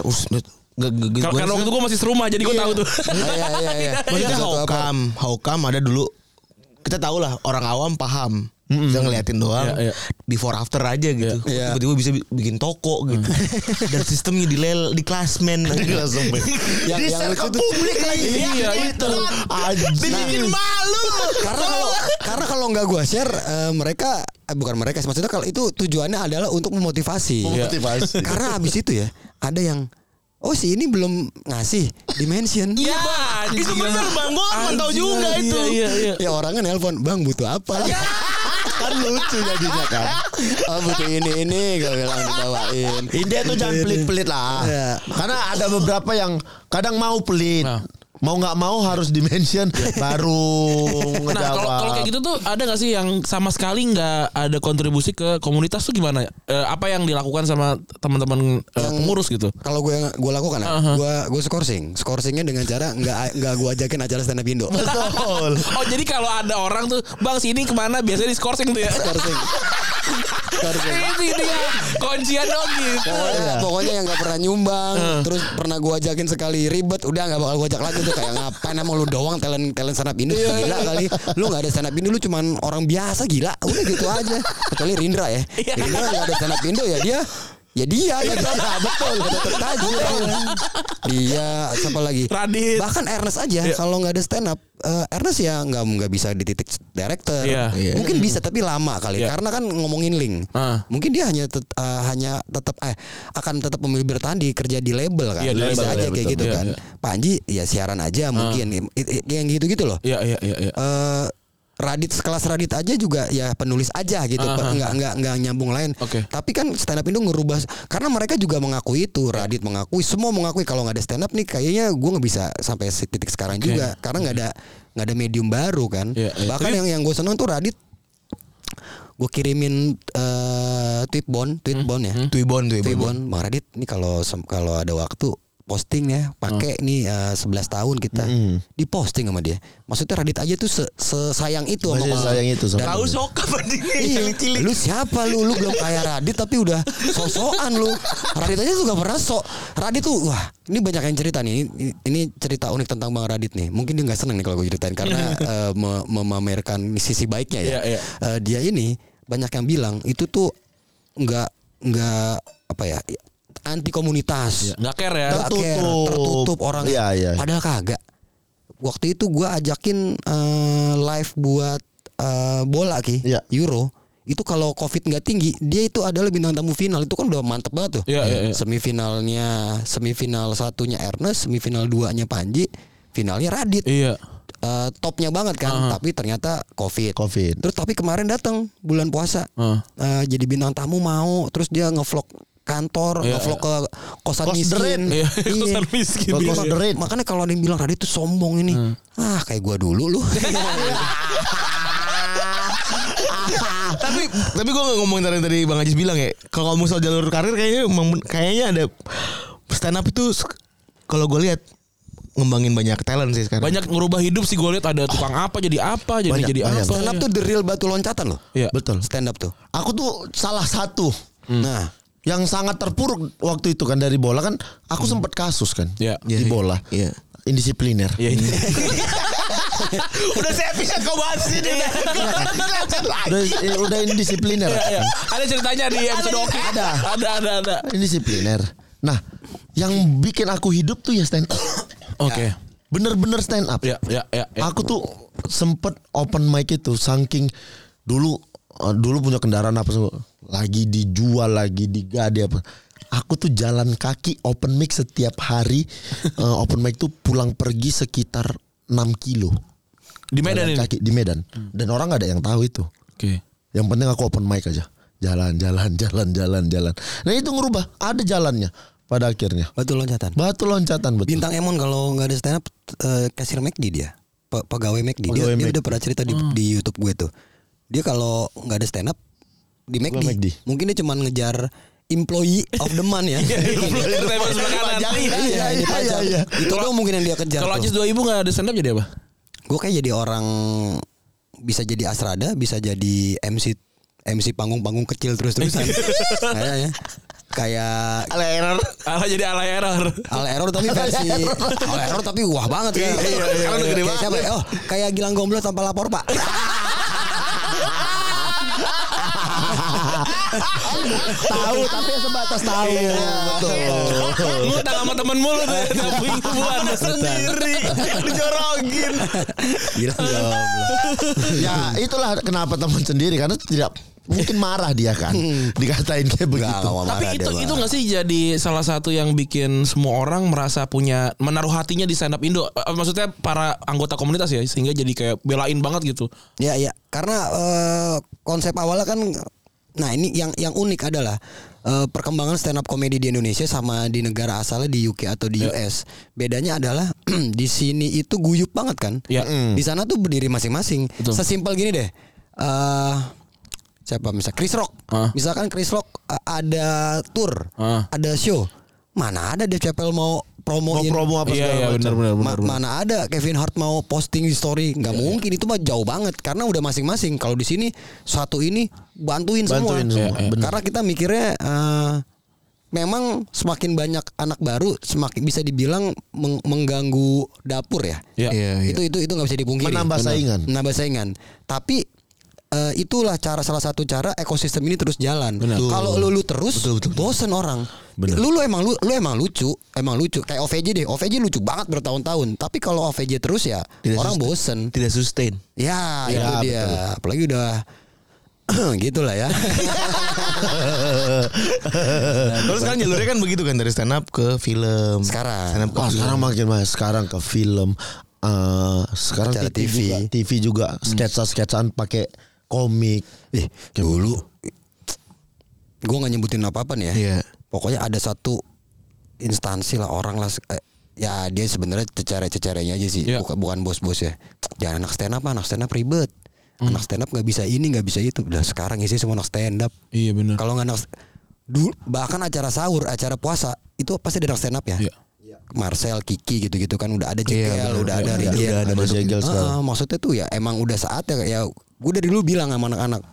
Speaker 3: Karena waktu gue masih serumah jadi gue tahu tuh.
Speaker 4: Iya.
Speaker 5: Maksudnya Haukam ada dulu. Kita tahu lah orang awam paham. Kita ngeliatin doang.
Speaker 3: Iya.
Speaker 5: Before after aja gitu.
Speaker 4: Iya.
Speaker 5: Tiba-tiba bisa bikin toko gitu. Dan sistemnya di klasmen.
Speaker 2: Di share ke publik lagi.
Speaker 3: Iya,
Speaker 2: itu. Bikin malu.
Speaker 4: Karena kalau nggak gue share mereka bukan mereka maksudnya kalau itu tujuannya adalah untuk memotivasi.
Speaker 2: Motivasi.
Speaker 4: Karena habis itu ya ada yang si ini belum ngasih dimension.
Speaker 3: Iya,
Speaker 5: Itu bener Bang, gue mantau juga itu.
Speaker 3: Iya.
Speaker 4: Ya orangnya nelpon, "Bang, butuh apa?"
Speaker 2: Kan lucu jadinya kan.
Speaker 4: Butuh ini gue bilang dibawain.
Speaker 2: Ide tuh jangan pelit-pelit lah.
Speaker 4: Iya.
Speaker 2: Karena ada beberapa yang kadang mau pelit. Mau nggak mau harus dimention baru
Speaker 3: Nah
Speaker 2: ngejawab.
Speaker 3: kalau kayak gitu tuh ada gak sih yang sama sekali nggak ada kontribusi ke komunitas tuh gimana? Apa yang dilakukan sama teman-teman pengurus gitu?
Speaker 4: Kalau gue lakukan gue scoring dengan cara nggak gue ajakin acara stand up Indo.
Speaker 2: Betul.
Speaker 3: Oh jadi kalau ada orang tuh bang sini kemana biasanya di scoring tuh ya?
Speaker 4: Scoring.
Speaker 3: Ini dia kuncian dong gitu.
Speaker 4: Pokoknya yang gak pernah nyumbang. Terus pernah gue ajakin sekali ribet, udah gak bakal gue ajak lagi tuh. Kayak ngapain emang lu doang talent stand up Indo. Gila kali. Lu gak ada stand up Indo, lu cuman orang biasa, gila. Udah gitu aja. Kecuali Rindra ya. Rindra gak ada stand up Indo ya dia gitu. Betul, tetap aja. Dia siapa lagi?
Speaker 3: Radit.
Speaker 4: Bahkan Ernest aja kalau nggak ada stand up, Ernest ya nggak bisa di titik director. Mungkin bisa tapi lama kali karena kan ngomongin link. Mungkin dia hanya tetap akan tetap memilih bertahan di kerja di label kan. Bisa aja kayak gitu kan. Panji ya siaran aja mungkin yang gitu-gitu loh. Radit sekelas Radit aja juga ya penulis aja gitu, nggak nyambung lain. Tapi kan stand up Indo ngerubah karena mereka juga mengakui itu, Radit mengakui, semua mengakui kalau nggak ada stand up nih kayaknya gue nggak bisa sampai titik sekarang juga karena nggak ada medium baru kan. Bahkan yang gue seneng tuh Radit, gue kirimin tweetbon ya, tweetbon Bang Radit nih kalau ada waktu posting ya pakai nih 11 tahun kita diposting sama dia. Maksudnya Radit aja tuh sesayang itu sama
Speaker 2: sayang itu sama.
Speaker 5: Tahu sok apa
Speaker 4: cilik. Lu siapa lu belum kayak Radit tapi udah sosokan lu. Radit aja tuh gak pernah sok. Radit tuh wah, ini banyak yang cerita nih. Ini cerita unik tentang Bang Radit nih. Mungkin dia enggak seneng nih kalau gue ceritain karena memamerkan sisi baiknya ya. Dia ini banyak yang bilang itu tuh enggak apa ya? Anti komunitas,
Speaker 3: nggak care ya,
Speaker 4: tertutup orang, padahal kagak. Waktu itu gue ajakin live buat bola Euro. Itu kalau COVID nggak tinggi, dia itu adalah bintang tamu final. Itu kan udah mantep banget tuh. Semifinal satunya Ernest, semifinal 2-nya Panji, finalnya Radit. Topnya banget kan, tapi ternyata COVID. Terus tapi kemarin datang bulan puasa, jadi bintang tamu mau, terus dia ngevlog kantor, ngevlog ke kosan miskin.
Speaker 3: Kosan miskin.
Speaker 4: Makanya kalau ada yang bilang Radit tuh sombong ini, kayak gua dulu lu.
Speaker 5: tapi gue nggak ngomongin tadi Bang Ajis bilang ya, kalau ngomong soal jalur karir kayaknya ada stand up itu kalau gue lihat ngembangin banyak talent sih sekarang.
Speaker 3: Banyak ngerubah hidup sih gue lihat, ada tukang apa jadi apa, jadi apa.
Speaker 4: Stand up tuh the real batu loncatan loh.
Speaker 2: Betul.
Speaker 4: Stand up tuh.
Speaker 2: Aku tuh salah satu. Nah, yang sangat terpuruk waktu itu kan dari bola kan, aku sempat kasus kan di bola. Indisipliner.
Speaker 5: Udah saya bisa kau bahas ini.
Speaker 2: Udah indisipliner.
Speaker 3: Ada ceritanya di episode Oki. Ada.
Speaker 2: Indisipliner. Nah, yang bikin aku hidup tuh ya stand up. Bener-bener stand up. Aku tuh sempet open mic itu saking dulu punya kendaraan apa lagi dijual, lagi digade apa. Aku tuh jalan kaki open mic setiap hari. Open mic tuh pulang pergi sekitar 6 kilo.
Speaker 3: Di Medan ini?
Speaker 2: Kaki, di Medan. Dan orang gak ada yang tahu itu. Yang penting aku open mic aja. Jalan. Nah itu ngerubah. Ada jalannya pada akhirnya.
Speaker 4: Batu loncatan
Speaker 2: betul.
Speaker 4: Bintang Emon kalau gak ada stand up, kasir McD dia. Pegawai McD. Dia udah pernah cerita di YouTube gue tuh. Dia kalau gak ada stand up di McD. Mungkin dia cuma ngejar employee of the month ya. Itu doang mungkin yang dia kejar.
Speaker 3: Kalau Ajis 2000 gak ada stand up jadi apa?
Speaker 4: Gue kayak jadi orang, bisa jadi Asrada, bisa jadi MC panggung-panggung kecil terus-terusan. Kayak
Speaker 3: ala error
Speaker 4: tapi versi ala error tapi wah banget kan. Kayak siapa? Kayak Gilang Gomblo tanpa lapor Pak.
Speaker 2: Tahu tapi sebatas tahu. Betul.
Speaker 3: Lu udah sama temenmu lu buan sendiri dijorogin.
Speaker 4: Gila.
Speaker 2: Ya itulah kenapa teman sendiri, karena tidak mungkin marah dia kan dikatain kayak begitu.
Speaker 3: Tapi itu nggak sih jadi salah satu yang bikin semua orang merasa menaruh hatinya di stand up Indo. Maksudnya para anggota komunitas ya, sehingga jadi kayak belain banget gitu.
Speaker 4: Ya karena konsep awalnya kan. Nah ini yang unik adalah perkembangan stand up comedy di Indonesia sama di negara asalnya di UK atau di US. Bedanya adalah di sini itu guyup banget kan. Di sana tuh berdiri masing-masing. Sesimpel gini deh. Siapa misalnya Chris Rock. Misalkan Chris Rock ada tour, ada show. Mana ada Dave Chappelle mau promoin.
Speaker 2: Promo apa segala
Speaker 3: Iya
Speaker 2: macam.
Speaker 3: benar.
Speaker 4: Mana ada Kevin Hart mau posting di story, nggak mungkin, itu mah jauh banget karena udah masing-masing. Kalau di sini satu ini bantuin semua.
Speaker 2: Bener.
Speaker 4: Karena kita mikirnya memang semakin banyak anak baru semakin bisa dibilang mengganggu dapur ya.
Speaker 3: Iya.
Speaker 4: Itu nggak bisa dipungkiri.
Speaker 2: Menambah
Speaker 4: Benar.
Speaker 2: saingan.
Speaker 4: Menambah saingan. Tapi itulah salah satu cara ekosistem ini terus jalan. Kalau lu terus
Speaker 5: Betul.
Speaker 4: bosen orang.
Speaker 2: Bener.
Speaker 4: Lu emang lucu. Kayak OVJ deh. OVJ lucu banget bertahun-tahun. Tapi kalau OVJ terus ya orang bosen.
Speaker 5: Tidak sustain.
Speaker 4: Ya,
Speaker 2: Ya,
Speaker 4: itu dia. Apalagi udah gitulah ya.
Speaker 5: Terus sekarang jalurnya kan begitu kan, dari stand up ke film.
Speaker 4: Sekarang.
Speaker 5: Stand up ke
Speaker 2: Wah,
Speaker 5: film.
Speaker 2: sekarang makin banyak. Sekarang ke film. Sekarang
Speaker 4: Acara
Speaker 2: TV juga sketsa-sketsaan pakai komik.
Speaker 4: Dulu gue nggak nyebutin apa-apa nih ya.
Speaker 5: Iya.
Speaker 4: Pokoknya ada satu instansi lah, orang lah, ya dia sebenarnya cecerenya aja sih,
Speaker 3: Iya.
Speaker 4: bukan bos-bos ya. Jangan anak stand up ribet. Anak stand up nggak bisa ini nggak bisa itu. Udah sekarang isi semua anak stand up.
Speaker 3: Iya benar.
Speaker 4: Kalau nggak dulu bahkan acara sahur, acara puasa itu pasti ada anak stand up ya.
Speaker 3: Iya.
Speaker 4: Marcel, Kiki gitu-gitu kan udah ada
Speaker 5: Iya,
Speaker 4: Jegel,
Speaker 5: bener.
Speaker 4: udah ada
Speaker 5: Iya,
Speaker 4: Rigen,
Speaker 5: udah ada
Speaker 2: Jegel sekarang.
Speaker 4: maksudnya tuh ya emang udah saatnya ya. Gue dari dulu bilang sama anak-anak,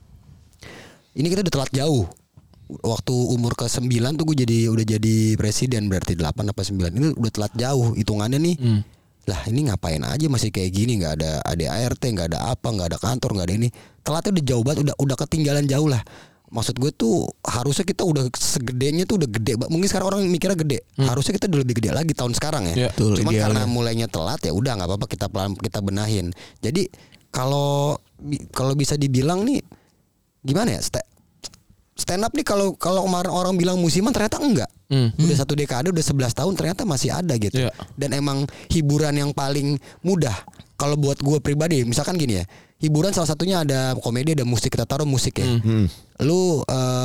Speaker 4: ini kita udah telat jauh. Waktu umur ke-9 tuh gue udah jadi presiden, berarti 8 apa 9. Ini udah telat jauh hitungannya nih. Lah ini ngapain aja masih kayak gini, nggak ada ADART, nggak ada apa, nggak ada kantor, nggak ada ini. Telatnya udah jauh banget, udah ketinggalan jauh lah. Maksud gue tuh harusnya kita udah segedenya tuh udah gede. Mungkin sekarang orang mikirnya gede. Harusnya kita udah lebih gede lagi tahun sekarang ya.
Speaker 3: Iya,
Speaker 5: betul,
Speaker 4: Cuman
Speaker 5: idealnya.
Speaker 4: karena mulainya telat ya udah nggak apa-apa, kita benahin. Jadi kalau bisa dibilang nih gimana ya, stand up nih kalau kemarin orang bilang musiman ternyata enggak. Udah 1 dekade, udah 11 tahun ternyata masih ada gitu.
Speaker 3: Iya.
Speaker 4: Dan emang hiburan yang paling mudah. Kalau buat gue pribadi, misalkan gini ya, hiburan salah satunya ada komedi, ada musik, kita taruh musik ya. Lu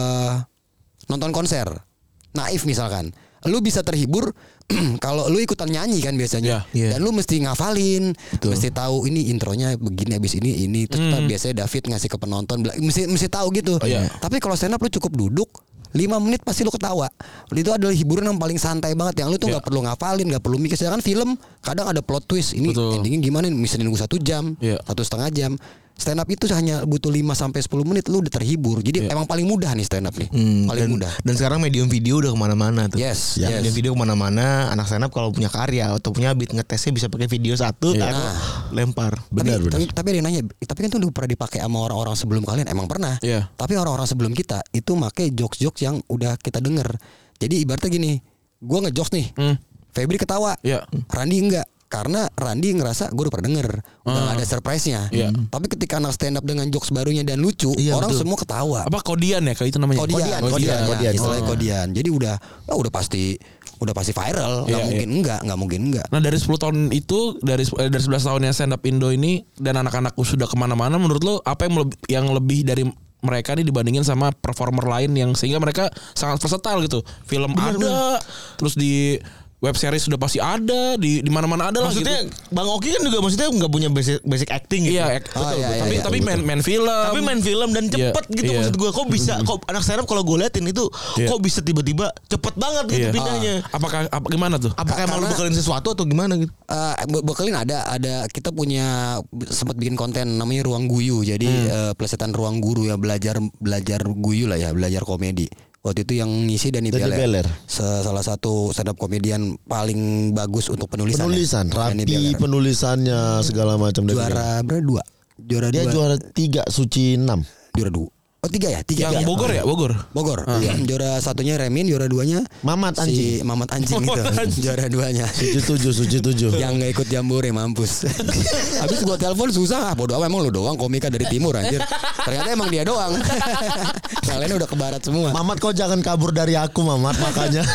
Speaker 4: nonton konser, Naif misalkan, lu bisa terhibur kalau lu ikutan nyanyi kan biasanya.
Speaker 5: Iya.
Speaker 4: Dan lu mesti ngafalin, mesti tahu ini intronya begini, habis ini terus biasanya David ngasih ke penonton, mesti tahu gitu.
Speaker 3: Iya.
Speaker 4: Tapi kalau stand up lu cukup duduk 5 menit pasti lu ketawa. Itu adalah hiburan yang paling santai banget, yang lu tuh nggak perlu ngafalin, nggak perlu mikir. Sedangkan film kadang ada plot twist. Ini
Speaker 3: Betul.
Speaker 4: endingnya gimana? Misalnya nunggu 1 jam,
Speaker 3: Iya.
Speaker 4: 1,5 jam. Stand up itu hanya butuh 5 sampai 10 menit lu udah terhibur. Jadi emang paling mudah nih stand up nih. Paling mudah.
Speaker 5: Dan sekarang medium video udah kemana-mana tuh.
Speaker 4: Yes,
Speaker 5: Ya,
Speaker 4: yes.
Speaker 5: medium video kemana-mana. Anak stand up kalau punya karya atau punya beat, ngetesnya bisa pakai video satu, taruh, lempar.
Speaker 2: Benar.
Speaker 4: Tapi ada yang nanya, tapi kan itu udah pernah dipakai sama orang-orang sebelum kalian. Emang pernah.
Speaker 3: Iya.
Speaker 4: Tapi orang-orang sebelum kita itu make jokes-jokes yang udah kita denger. Jadi ibaratnya gini, gua ngejokes nih, Febri ketawa,
Speaker 3: Iya.
Speaker 4: Randi enggak. Karena Randi ngerasa gue udah pernah denger, udah gak ada surprise-nya.
Speaker 3: Iya.
Speaker 4: Tapi ketika anak stand up dengan jokes barunya dan lucu,
Speaker 5: Iya,
Speaker 4: orang
Speaker 5: betul.
Speaker 4: semua ketawa.
Speaker 3: Apa kodian ya kayak itu namanya?
Speaker 4: Kodian. Istilahnya kodian. Jadi udah pasti viral.
Speaker 3: Iya,
Speaker 4: Nggak mungkin enggak.
Speaker 3: Nah dari 10 tahun itu, dari 11 tahunnya stand up Indo ini, dan anak-anakku sudah kemana-mana, menurut lo apa yang lebih dari mereka nih dibandingin sama performer lain yang sehingga mereka sangat versatile gitu? Film ada, terus di web series sudah pasti ada, di mana-mana ada lah gitu.
Speaker 5: Maksudnya Bang Oki kan juga maksudnya nggak punya basic acting gitu.
Speaker 3: Iya, tapi main film.
Speaker 5: Tapi main film dan cepet gitu
Speaker 3: Iya.
Speaker 5: maksud gue. Kok bisa? Kok anak stand up kalau gue liatin itu
Speaker 3: Iya.
Speaker 5: kok bisa tiba-tiba cepet banget gitu
Speaker 3: Iya.
Speaker 5: pindahnya.
Speaker 3: Apa gimana tuh?
Speaker 5: Apakah emang lu bekalin sesuatu atau gimana gitu?
Speaker 4: Bekelin ada kita punya sempat bikin konten namanya Ruang Guyu. Jadi pelesetan ruang guru ya, belajar guyu lah ya, belajar komedi. Waktu itu yang ngisi Dani Beler. Salah satu stand up komedian paling bagus untuk penulisan.
Speaker 2: Penulisan,
Speaker 4: Dani
Speaker 2: rapi
Speaker 4: Beler.
Speaker 2: penulisannya segala macam.
Speaker 4: Juara berapa? Juara
Speaker 2: Dia
Speaker 4: 2.
Speaker 2: juara 3, Suci 6.
Speaker 4: Juara 2. Oh 3 ya? 3
Speaker 3: Yang Bogor ya, Bogor.
Speaker 4: Bogor. Iya. Juara satunya Remin, juara 2-nya
Speaker 2: Mamat
Speaker 4: si Mamat Anjing gitu. Juara 2-nya.
Speaker 2: Suci 7.
Speaker 4: Yang nggak ikut jambore mampus. Habis gua telepon susah, bodo amat, emang lu doang komika dari timur anjir. Ternyata emang dia doang. Yang lainnya udah ke barat semua.
Speaker 2: Mamat, kau jangan kabur dari aku, Mamat, makanya.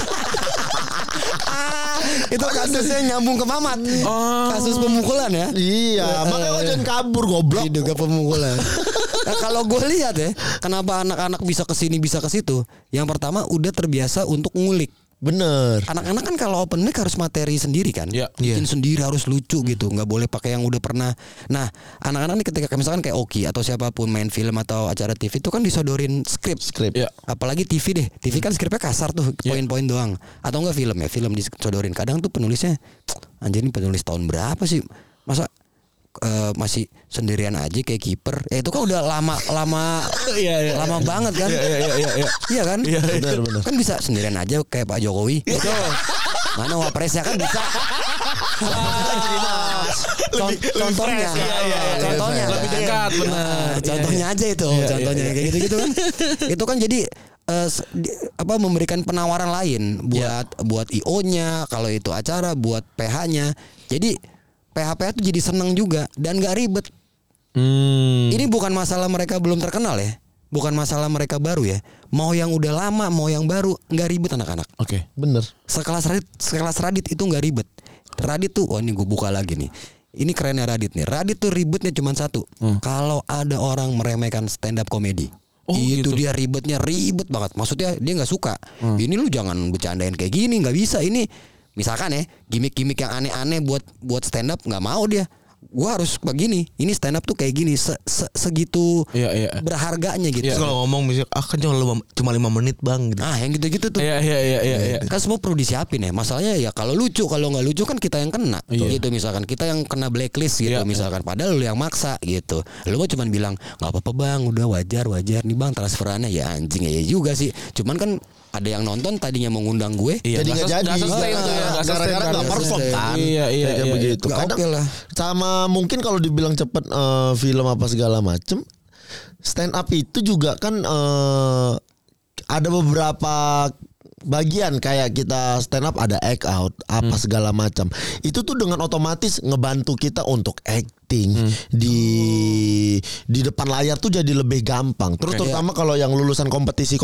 Speaker 4: Itu kasusnya nyambung ke Mamat. Kasus pemukulan ya.
Speaker 2: Iya, makanya kau jangan kabur, goblok.
Speaker 4: Diduga pemukulan. Nah, kalau gue lihat ya, kenapa anak-anak bisa ke sini bisa ke situ? Yang pertama udah terbiasa untuk ngulik.
Speaker 2: Bener.
Speaker 4: Anak-anak kan kalau open mic harus materi sendiri kan,
Speaker 3: Iya.
Speaker 4: bikin sendiri harus lucu gitu, nggak boleh pakai yang udah pernah. Nah, anak-anak nih ketika misalkan kayak Oki atau siapapun main film atau acara TV itu kan disodorin skrip.
Speaker 3: Iya.
Speaker 4: Apalagi TV deh, TV kan skripnya kasar tuh, poin-poin doang. Atau enggak film disodorin. Kadang tuh penulisnya, anjir ini penulis tahun berapa sih? Masa masih sendirian aja kayak kiper. Itu kan udah lama lama banget kan? Iya kan?
Speaker 2: Benar.
Speaker 4: Kan bisa sendirian aja kayak Pak Jokowi. Itu mana wapresnya kan bisa. Contohnya.
Speaker 3: Lebih dekat, benar.
Speaker 4: Contohnya aja itu, contohnya kayak gitu-gitu kan. Itu kan jadi memberikan penawaran lain buat IO-nya, kalau itu acara, buat PH-nya. Jadi PH-PH tuh jadi seneng juga dan gak ribet. Ini bukan masalah mereka belum terkenal ya, bukan masalah mereka baru ya. Mau yang udah lama, mau yang baru, gak ribet anak-anak.
Speaker 3: Oke.
Speaker 2: Bener.
Speaker 4: Sekelas Radit itu gak ribet. Radit tuh, ini gue buka lagi nih. Ini kerennya Radit nih. Radit tuh ribetnya cuma satu. Kalau ada orang meremehkan stand up comedy. Itu gitu. Dia ribetnya ribet banget. Maksudnya dia gak suka. Ini lu jangan bercandain kayak gini, gak bisa ini. Misalkan ya, gimmick-gimmick yang aneh-aneh buat stand up nggak mau dia. Gua harus begini. Ini stand up tuh kayak gini, segitu berharganya gitu.
Speaker 5: Terus kalau ngomong misalnya kan cuma 5 menit bang gitu.
Speaker 4: Yang gitu-gitu tuh.
Speaker 3: Iya.
Speaker 4: Kan semua perlu disiapin ya. Masalahnya ya kalau lucu, kalau nggak lucu kan kita yang kena. Gitu misalkan kita yang kena blacklist gitu misalkan. Padahal lu yang maksa gitu. Lu mah cuma bilang nggak apa-apa bang, udah wajar nih bang transferannya ya anjing ya juga sih. Cuman kan ada yang nonton tadinya mau ngundang gue,
Speaker 2: jadi nggak jadi. Gara-gara nggak perform kan. Iya. Begitu. Kadang sama mungkin kalau dibilang cepet film apa segala macem, stand up itu juga kan ada beberapa bagian kayak kita stand up ada act out apa segala macam. Itu tuh dengan otomatis ngebantu kita untuk acting di depan layar tuh jadi lebih gampang. Terus terutama kalau yang lulusan kompetisi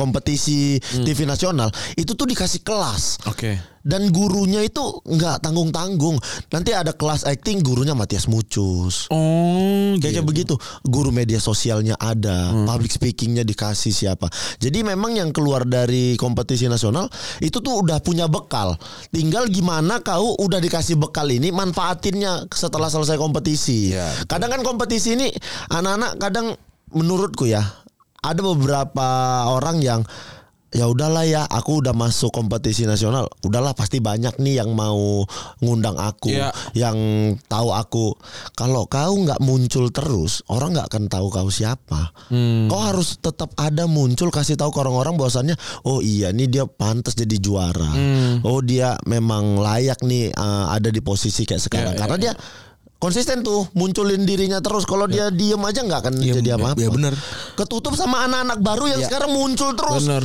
Speaker 2: TV nasional itu tuh dikasih kelas. Dan gurunya itu nggak tanggung-tanggung. Nanti ada kelas acting, gurunya Matias Mucus. Kayak begitu. Guru media sosialnya ada, public speakingnya dikasih siapa. Jadi memang yang keluar dari kompetisi nasional itu tuh udah punya bekal. Tinggal gimana kau udah dikasih bekal ini manfaatinnya setelah selesai kompetisi. Kadang kan kompetisi ini anak-anak kadang menurutku ya ada beberapa orang yang ya udahlah ya, aku udah masuk kompetisi nasional, udahlah pasti banyak nih yang mau ngundang aku, yang tahu aku. Kalau kau nggak muncul terus, orang nggak akan tahu kau siapa. Kau harus tetap ada muncul, kasih tahu ke orang-orang bahwasannya, oh iya nih dia pantas jadi juara. Oh dia memang layak nih ada di posisi kayak sekarang. Karena dia konsisten tuh munculin dirinya terus. Kalau dia diem aja nggak akan jadi apa-apa.
Speaker 5: Ya benar.
Speaker 2: Ketutup sama anak-anak baru yang sekarang muncul terus.
Speaker 3: Bener.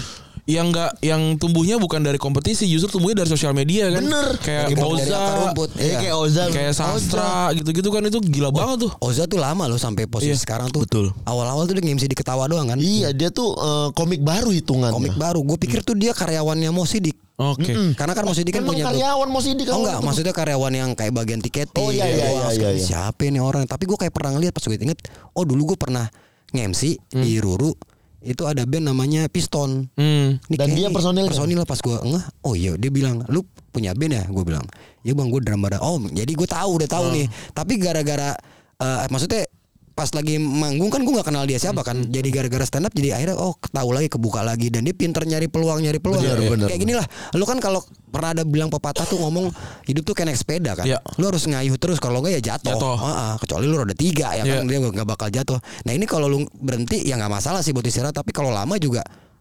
Speaker 3: Yang tumbuhnya bukan dari kompetisi, justru tumbuhnya dari sosial media kan.
Speaker 2: Bener.
Speaker 3: Kayak Oza,
Speaker 5: kayak Oza,
Speaker 3: kayak Sastra, gitu-gitu kan, itu gila banget tuh.
Speaker 4: Oza tuh lama loh sampai posisi sekarang tuh.
Speaker 5: Betul.
Speaker 4: Awal-awal tuh dia nge-MC di Ketawa doang kan.
Speaker 2: Iya, dia tuh komik baru hitungannya.
Speaker 4: Komik baru. Gue pikir tuh dia karyawannya Mo Sidik.
Speaker 3: Oke.
Speaker 4: Karena kan Mo Sidik kan punya
Speaker 2: karyawan Mo Sidik.
Speaker 4: enggak, maksudnya karyawan yang kayak bagian tiketing.
Speaker 2: Oh iya.
Speaker 4: Siapa nih orang? Tapi gue kayak pernah ngeliat pas gue inget. Oh dulu gue pernah nge-MC di Ruru. Itu ada band namanya Piston.
Speaker 2: Dan dia personil
Speaker 4: pas gue oh iya, dia bilang lu punya band ya? Gue bilang ya bang, gue drama. Oh jadi gue udah tahu nih. Tapi gara-gara maksudnya pas lagi manggung kan gue nggak kenal dia siapa kan. Jadi gara-gara stand up jadi akhirnya tahu lagi, kebuka lagi. Dan dia pinter nyari peluang.
Speaker 2: Bener.
Speaker 4: Kayak gini lah. Lu kan kalau pernah ada bilang pepatah tuh ngomong hidup tuh kayak naik sepeda kan. Lu harus ngayuh terus, kalau enggak ya jatuh. Kecuali lu roda 3 ya kan, dia nggak bakal jatuh. Nah ini kalau lu berhenti ya nggak masalah sih buat istirahat. Tapi kalau lama juga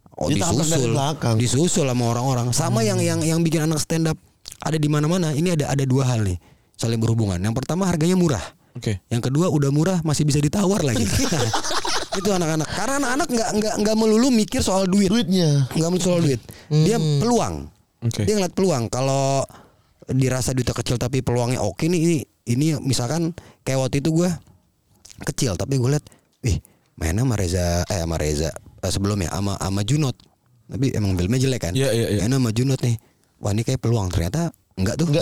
Speaker 4: disusul sama orang-orang. Sama yang bikin anak stand up ada di mana-mana. Ini ada 2 hal nih saling berhubungan. Yang pertama harganya murah. Yang kedua udah murah masih bisa ditawar lagi. Itu anak-anak. Karena anak-anak nggak melulu mikir soal duitnya. Nggak melulu soal duit. Dia peluang. Dia ngeliat peluang. Kalau dirasa duitnya kecil tapi peluangnya oke nih. Ini misalkan kayak waktu itu gue kecil tapi gue liat, mainnya sama Reza sebelumnya sama Junot. Tapi emang filmnya jelek kan. Mainnya sama Junot nih. Wah ini kayak peluang. Ternyata enggak tuh.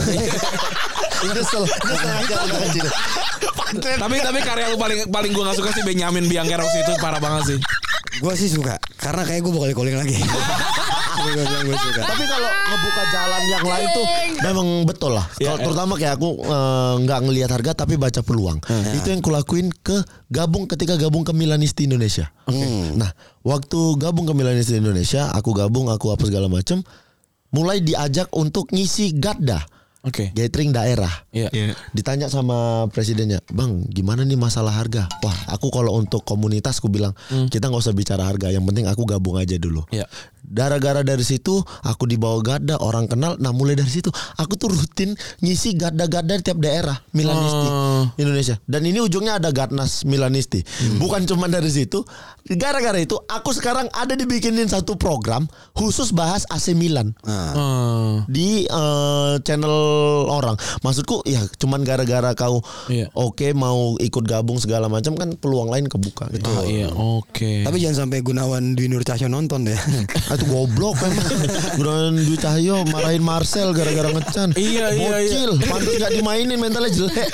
Speaker 3: Tapi karya lu paling gue gak suka sih Benyamin Biangkerok itu, parah banget sih.
Speaker 4: Gue sih suka karena kayak gue bakal calling lagi.
Speaker 2: Tapi kalau ngebuka jalan yang lain tuh memang betul lah. Kalau terutama kayak aku nggak ngelihat harga tapi baca peluang. Itu yang kulakuin ketika gabung ke Milanisti Indonesia. Nah, waktu gabung ke Milanisti Indonesia, aku apa segala macam, mulai diajak untuk ngisi Gadda.
Speaker 3: Oke.
Speaker 2: Gathering daerah.
Speaker 3: Iya.
Speaker 2: Ditanya sama presidennya, "Bang, gimana nih masalah harga?" Wah, aku kalau untuk komunitas aku bilang, kita nggak usah bicara harga, yang penting aku gabung aja dulu.
Speaker 3: Iya.
Speaker 2: Gara-gara dari situ aku dibawa Gadda, orang kenal. Nah, mulai dari situ aku tuh rutin ngisi Gadda-Gadda di tiap daerah Milanisti Indonesia. Dan ini ujungnya ada Gadnas Milanisti. Bukan cuma dari situ. Gara-gara itu aku sekarang ada dibikinin satu program khusus bahas AC Milan. Di channel orang. Maksudku ya cuman gara-gara kau oke mau ikut gabung segala macam kan peluang lain kebuka gitu.
Speaker 3: Oke.
Speaker 4: Tapi jangan sampai Gunawan Dwi Nur Cahyo nonton deh.
Speaker 2: Itu goblok memang. Gunawan Dwi Cahyo marahin Marcel gara-gara ngecan. Bocil, pantas gak dimainin, mentalnya jelek.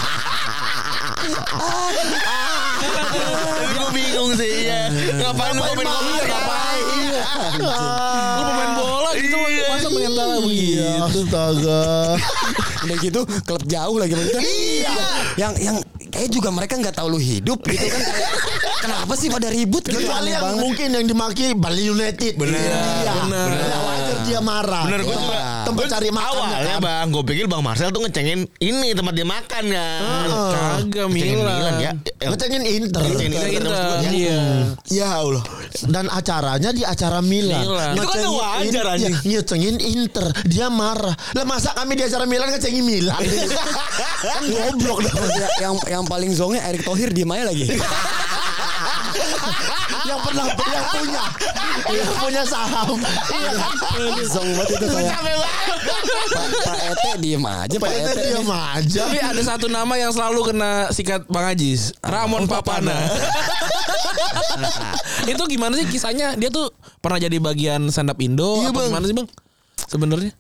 Speaker 5: Tapi gue bingung sih ya. Ngapain lu pemain bola? Ngapain?
Speaker 3: Lu pemain bola gitu masa mental begitu.
Speaker 2: Astaga.
Speaker 4: Udah gitu klub jauh lagi begitu. Yang kayak juga mereka nggak tahu lu hidup gitu kan. Kenapa sih pada ribut gitu?
Speaker 2: Kecuali yang mungkin yang dimaki Bali United. Benar. Wajar dia marah.
Speaker 5: Bener, gue juga
Speaker 2: tempat cari makan
Speaker 5: awalnya
Speaker 2: kan.
Speaker 5: Bang, gue pikir Bang Marcel tuh ngecengin ini tempat dia makan kan.
Speaker 3: Kagak
Speaker 5: Ngecengin
Speaker 3: Milan.
Speaker 5: Milan ya.
Speaker 2: Ngecengin Inter.
Speaker 3: Iya.
Speaker 2: Ya Allah. Dan acaranya di acara Milan.
Speaker 5: Itu kan wajar anjing.
Speaker 2: Ngecengin Inter. Dia marah. Lah masa kami di acara Milan ngecengin Milan? Kan goblok dong.
Speaker 4: Yang paling zongnya Erick Thohir diem aja lagi.
Speaker 2: yang punya saham.
Speaker 4: Zong banget itu kayak Pak Ete diem aja. Pak Ete
Speaker 2: diam aja.
Speaker 3: Tapi ada satu nama yang selalu kena sikat Bang Ajis, Ramon Papana. Itu gimana sih kisahnya? Dia tuh pernah jadi bagian stand up Indo apa gimana sih Bang? Sebenarnya?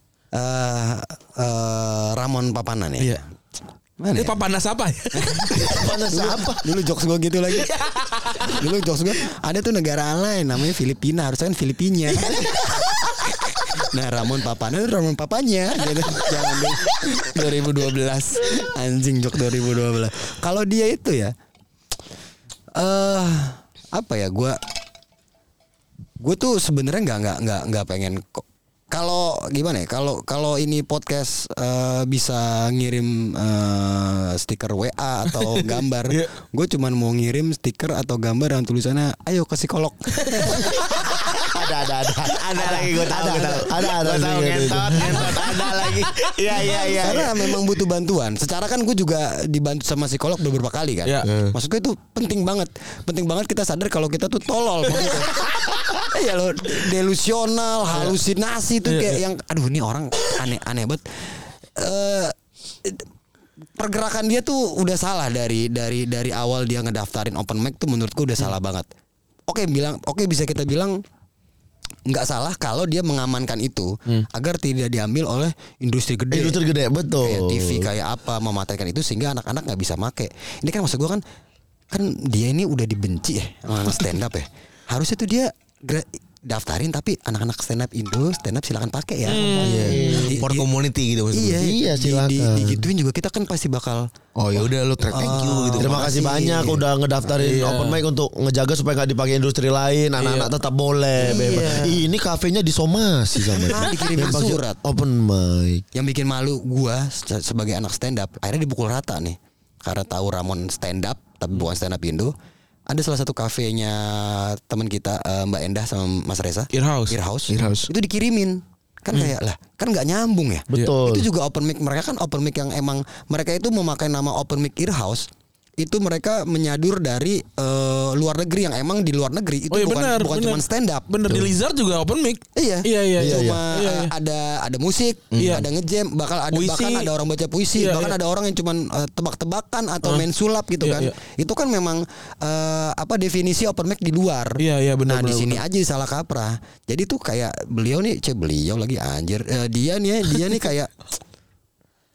Speaker 4: Ramon Papana nih.
Speaker 3: Iya.
Speaker 4: Mana
Speaker 3: Ini
Speaker 4: ya?
Speaker 3: papanas apa ya?
Speaker 2: Panas apa?
Speaker 4: Dulu jokes gue gitu lagi. Dulu jokes gue ada tuh negara lain namanya Filipina, harusnya kan Filipina. Nah, Ramon Papana itu Ramon papanya gitu. Jangan dulu 2012. Anjing jok 2012. Kalau dia itu ya apa ya, gue tuh sebenarnya nggak pengen kok. Kalau gimana ya? Kalau ini podcast bisa ngirim stiker WA atau gambar, gue cuman mau ngirim stiker atau gambar yang tulisannya "Ayo ke psikolog".
Speaker 2: Ada
Speaker 5: lagi gue tahu.
Speaker 2: Ada
Speaker 5: Ngentot ada lagi. Iya.
Speaker 4: Karena memang butuh bantuan. Secara kan gue juga dibantu sama psikolog beberapa kali kan. Maksud gue itu penting banget kita sadar kalau kita tuh tolol. Ya lo delusional, halusinasi tuh kayak yang aduh ini orang aneh banget. Pergerakan dia tuh udah salah dari awal dia ngedaftarin open mic tuh menurutku udah salah banget. Oke bisa kita bilang nggak salah kalau dia mengamankan itu agar tidak diambil oleh industri gede.
Speaker 2: Industri gede, betul.
Speaker 4: Kayak TV kayak apa mematahkan itu sehingga anak-anak nggak bisa make. Ini kan maksud gue kan dia ini udah dibenci ya sama stand up ya. Harusnya tuh dia daftarin tapi anak-anak stand up Indo stand up silakan pakai ya.
Speaker 5: For community gitu maksudnya.
Speaker 2: Iya, silakan.
Speaker 4: Digituin juga kita kan pasti bakal
Speaker 5: Oh ya udah lu thank you gitu.
Speaker 2: Terima kasih banyak udah ngedaftarin open mic untuk ngejaga supaya nggak dipakai industri lain. Anak-anak tetap boleh bebas. Ini kafenya disomasi sama
Speaker 4: dikirimin surat
Speaker 2: open mic.
Speaker 4: yang bikin malu gua sebagai anak stand up. Akhirnya dipukul rata nih karena tahu Ramon stand up tapi bukan stand up Indo. Ada salah satu kafenya teman kita Mbak Endah sama Mas Reza,
Speaker 3: Earhouse.
Speaker 4: Itu dikirimin. Kan kayak lah, kan nggak nyambung ya.
Speaker 2: Betul.
Speaker 4: Itu juga open mic, mereka kan open mic yang emang mereka itu memakai nama open mic Earhouse. Itu mereka menyadur dari luar negeri yang emang di luar negeri itu bukan cuma stand up.
Speaker 3: Bener, di Lizard juga open mic.
Speaker 4: Iya. Cuma
Speaker 3: Iya.
Speaker 4: ada musik, ada ngejam, bahkan ada orang baca puisi, bahkan ada orang yang cuman tebak-tebakan atau main sulap gitu kan. Itu kan memang definisi open mic di luar.
Speaker 3: Iya benar.
Speaker 4: Nah, di sini aja salah kaprah. Jadi tuh kayak beliau lagi anjir. Dia nih kayak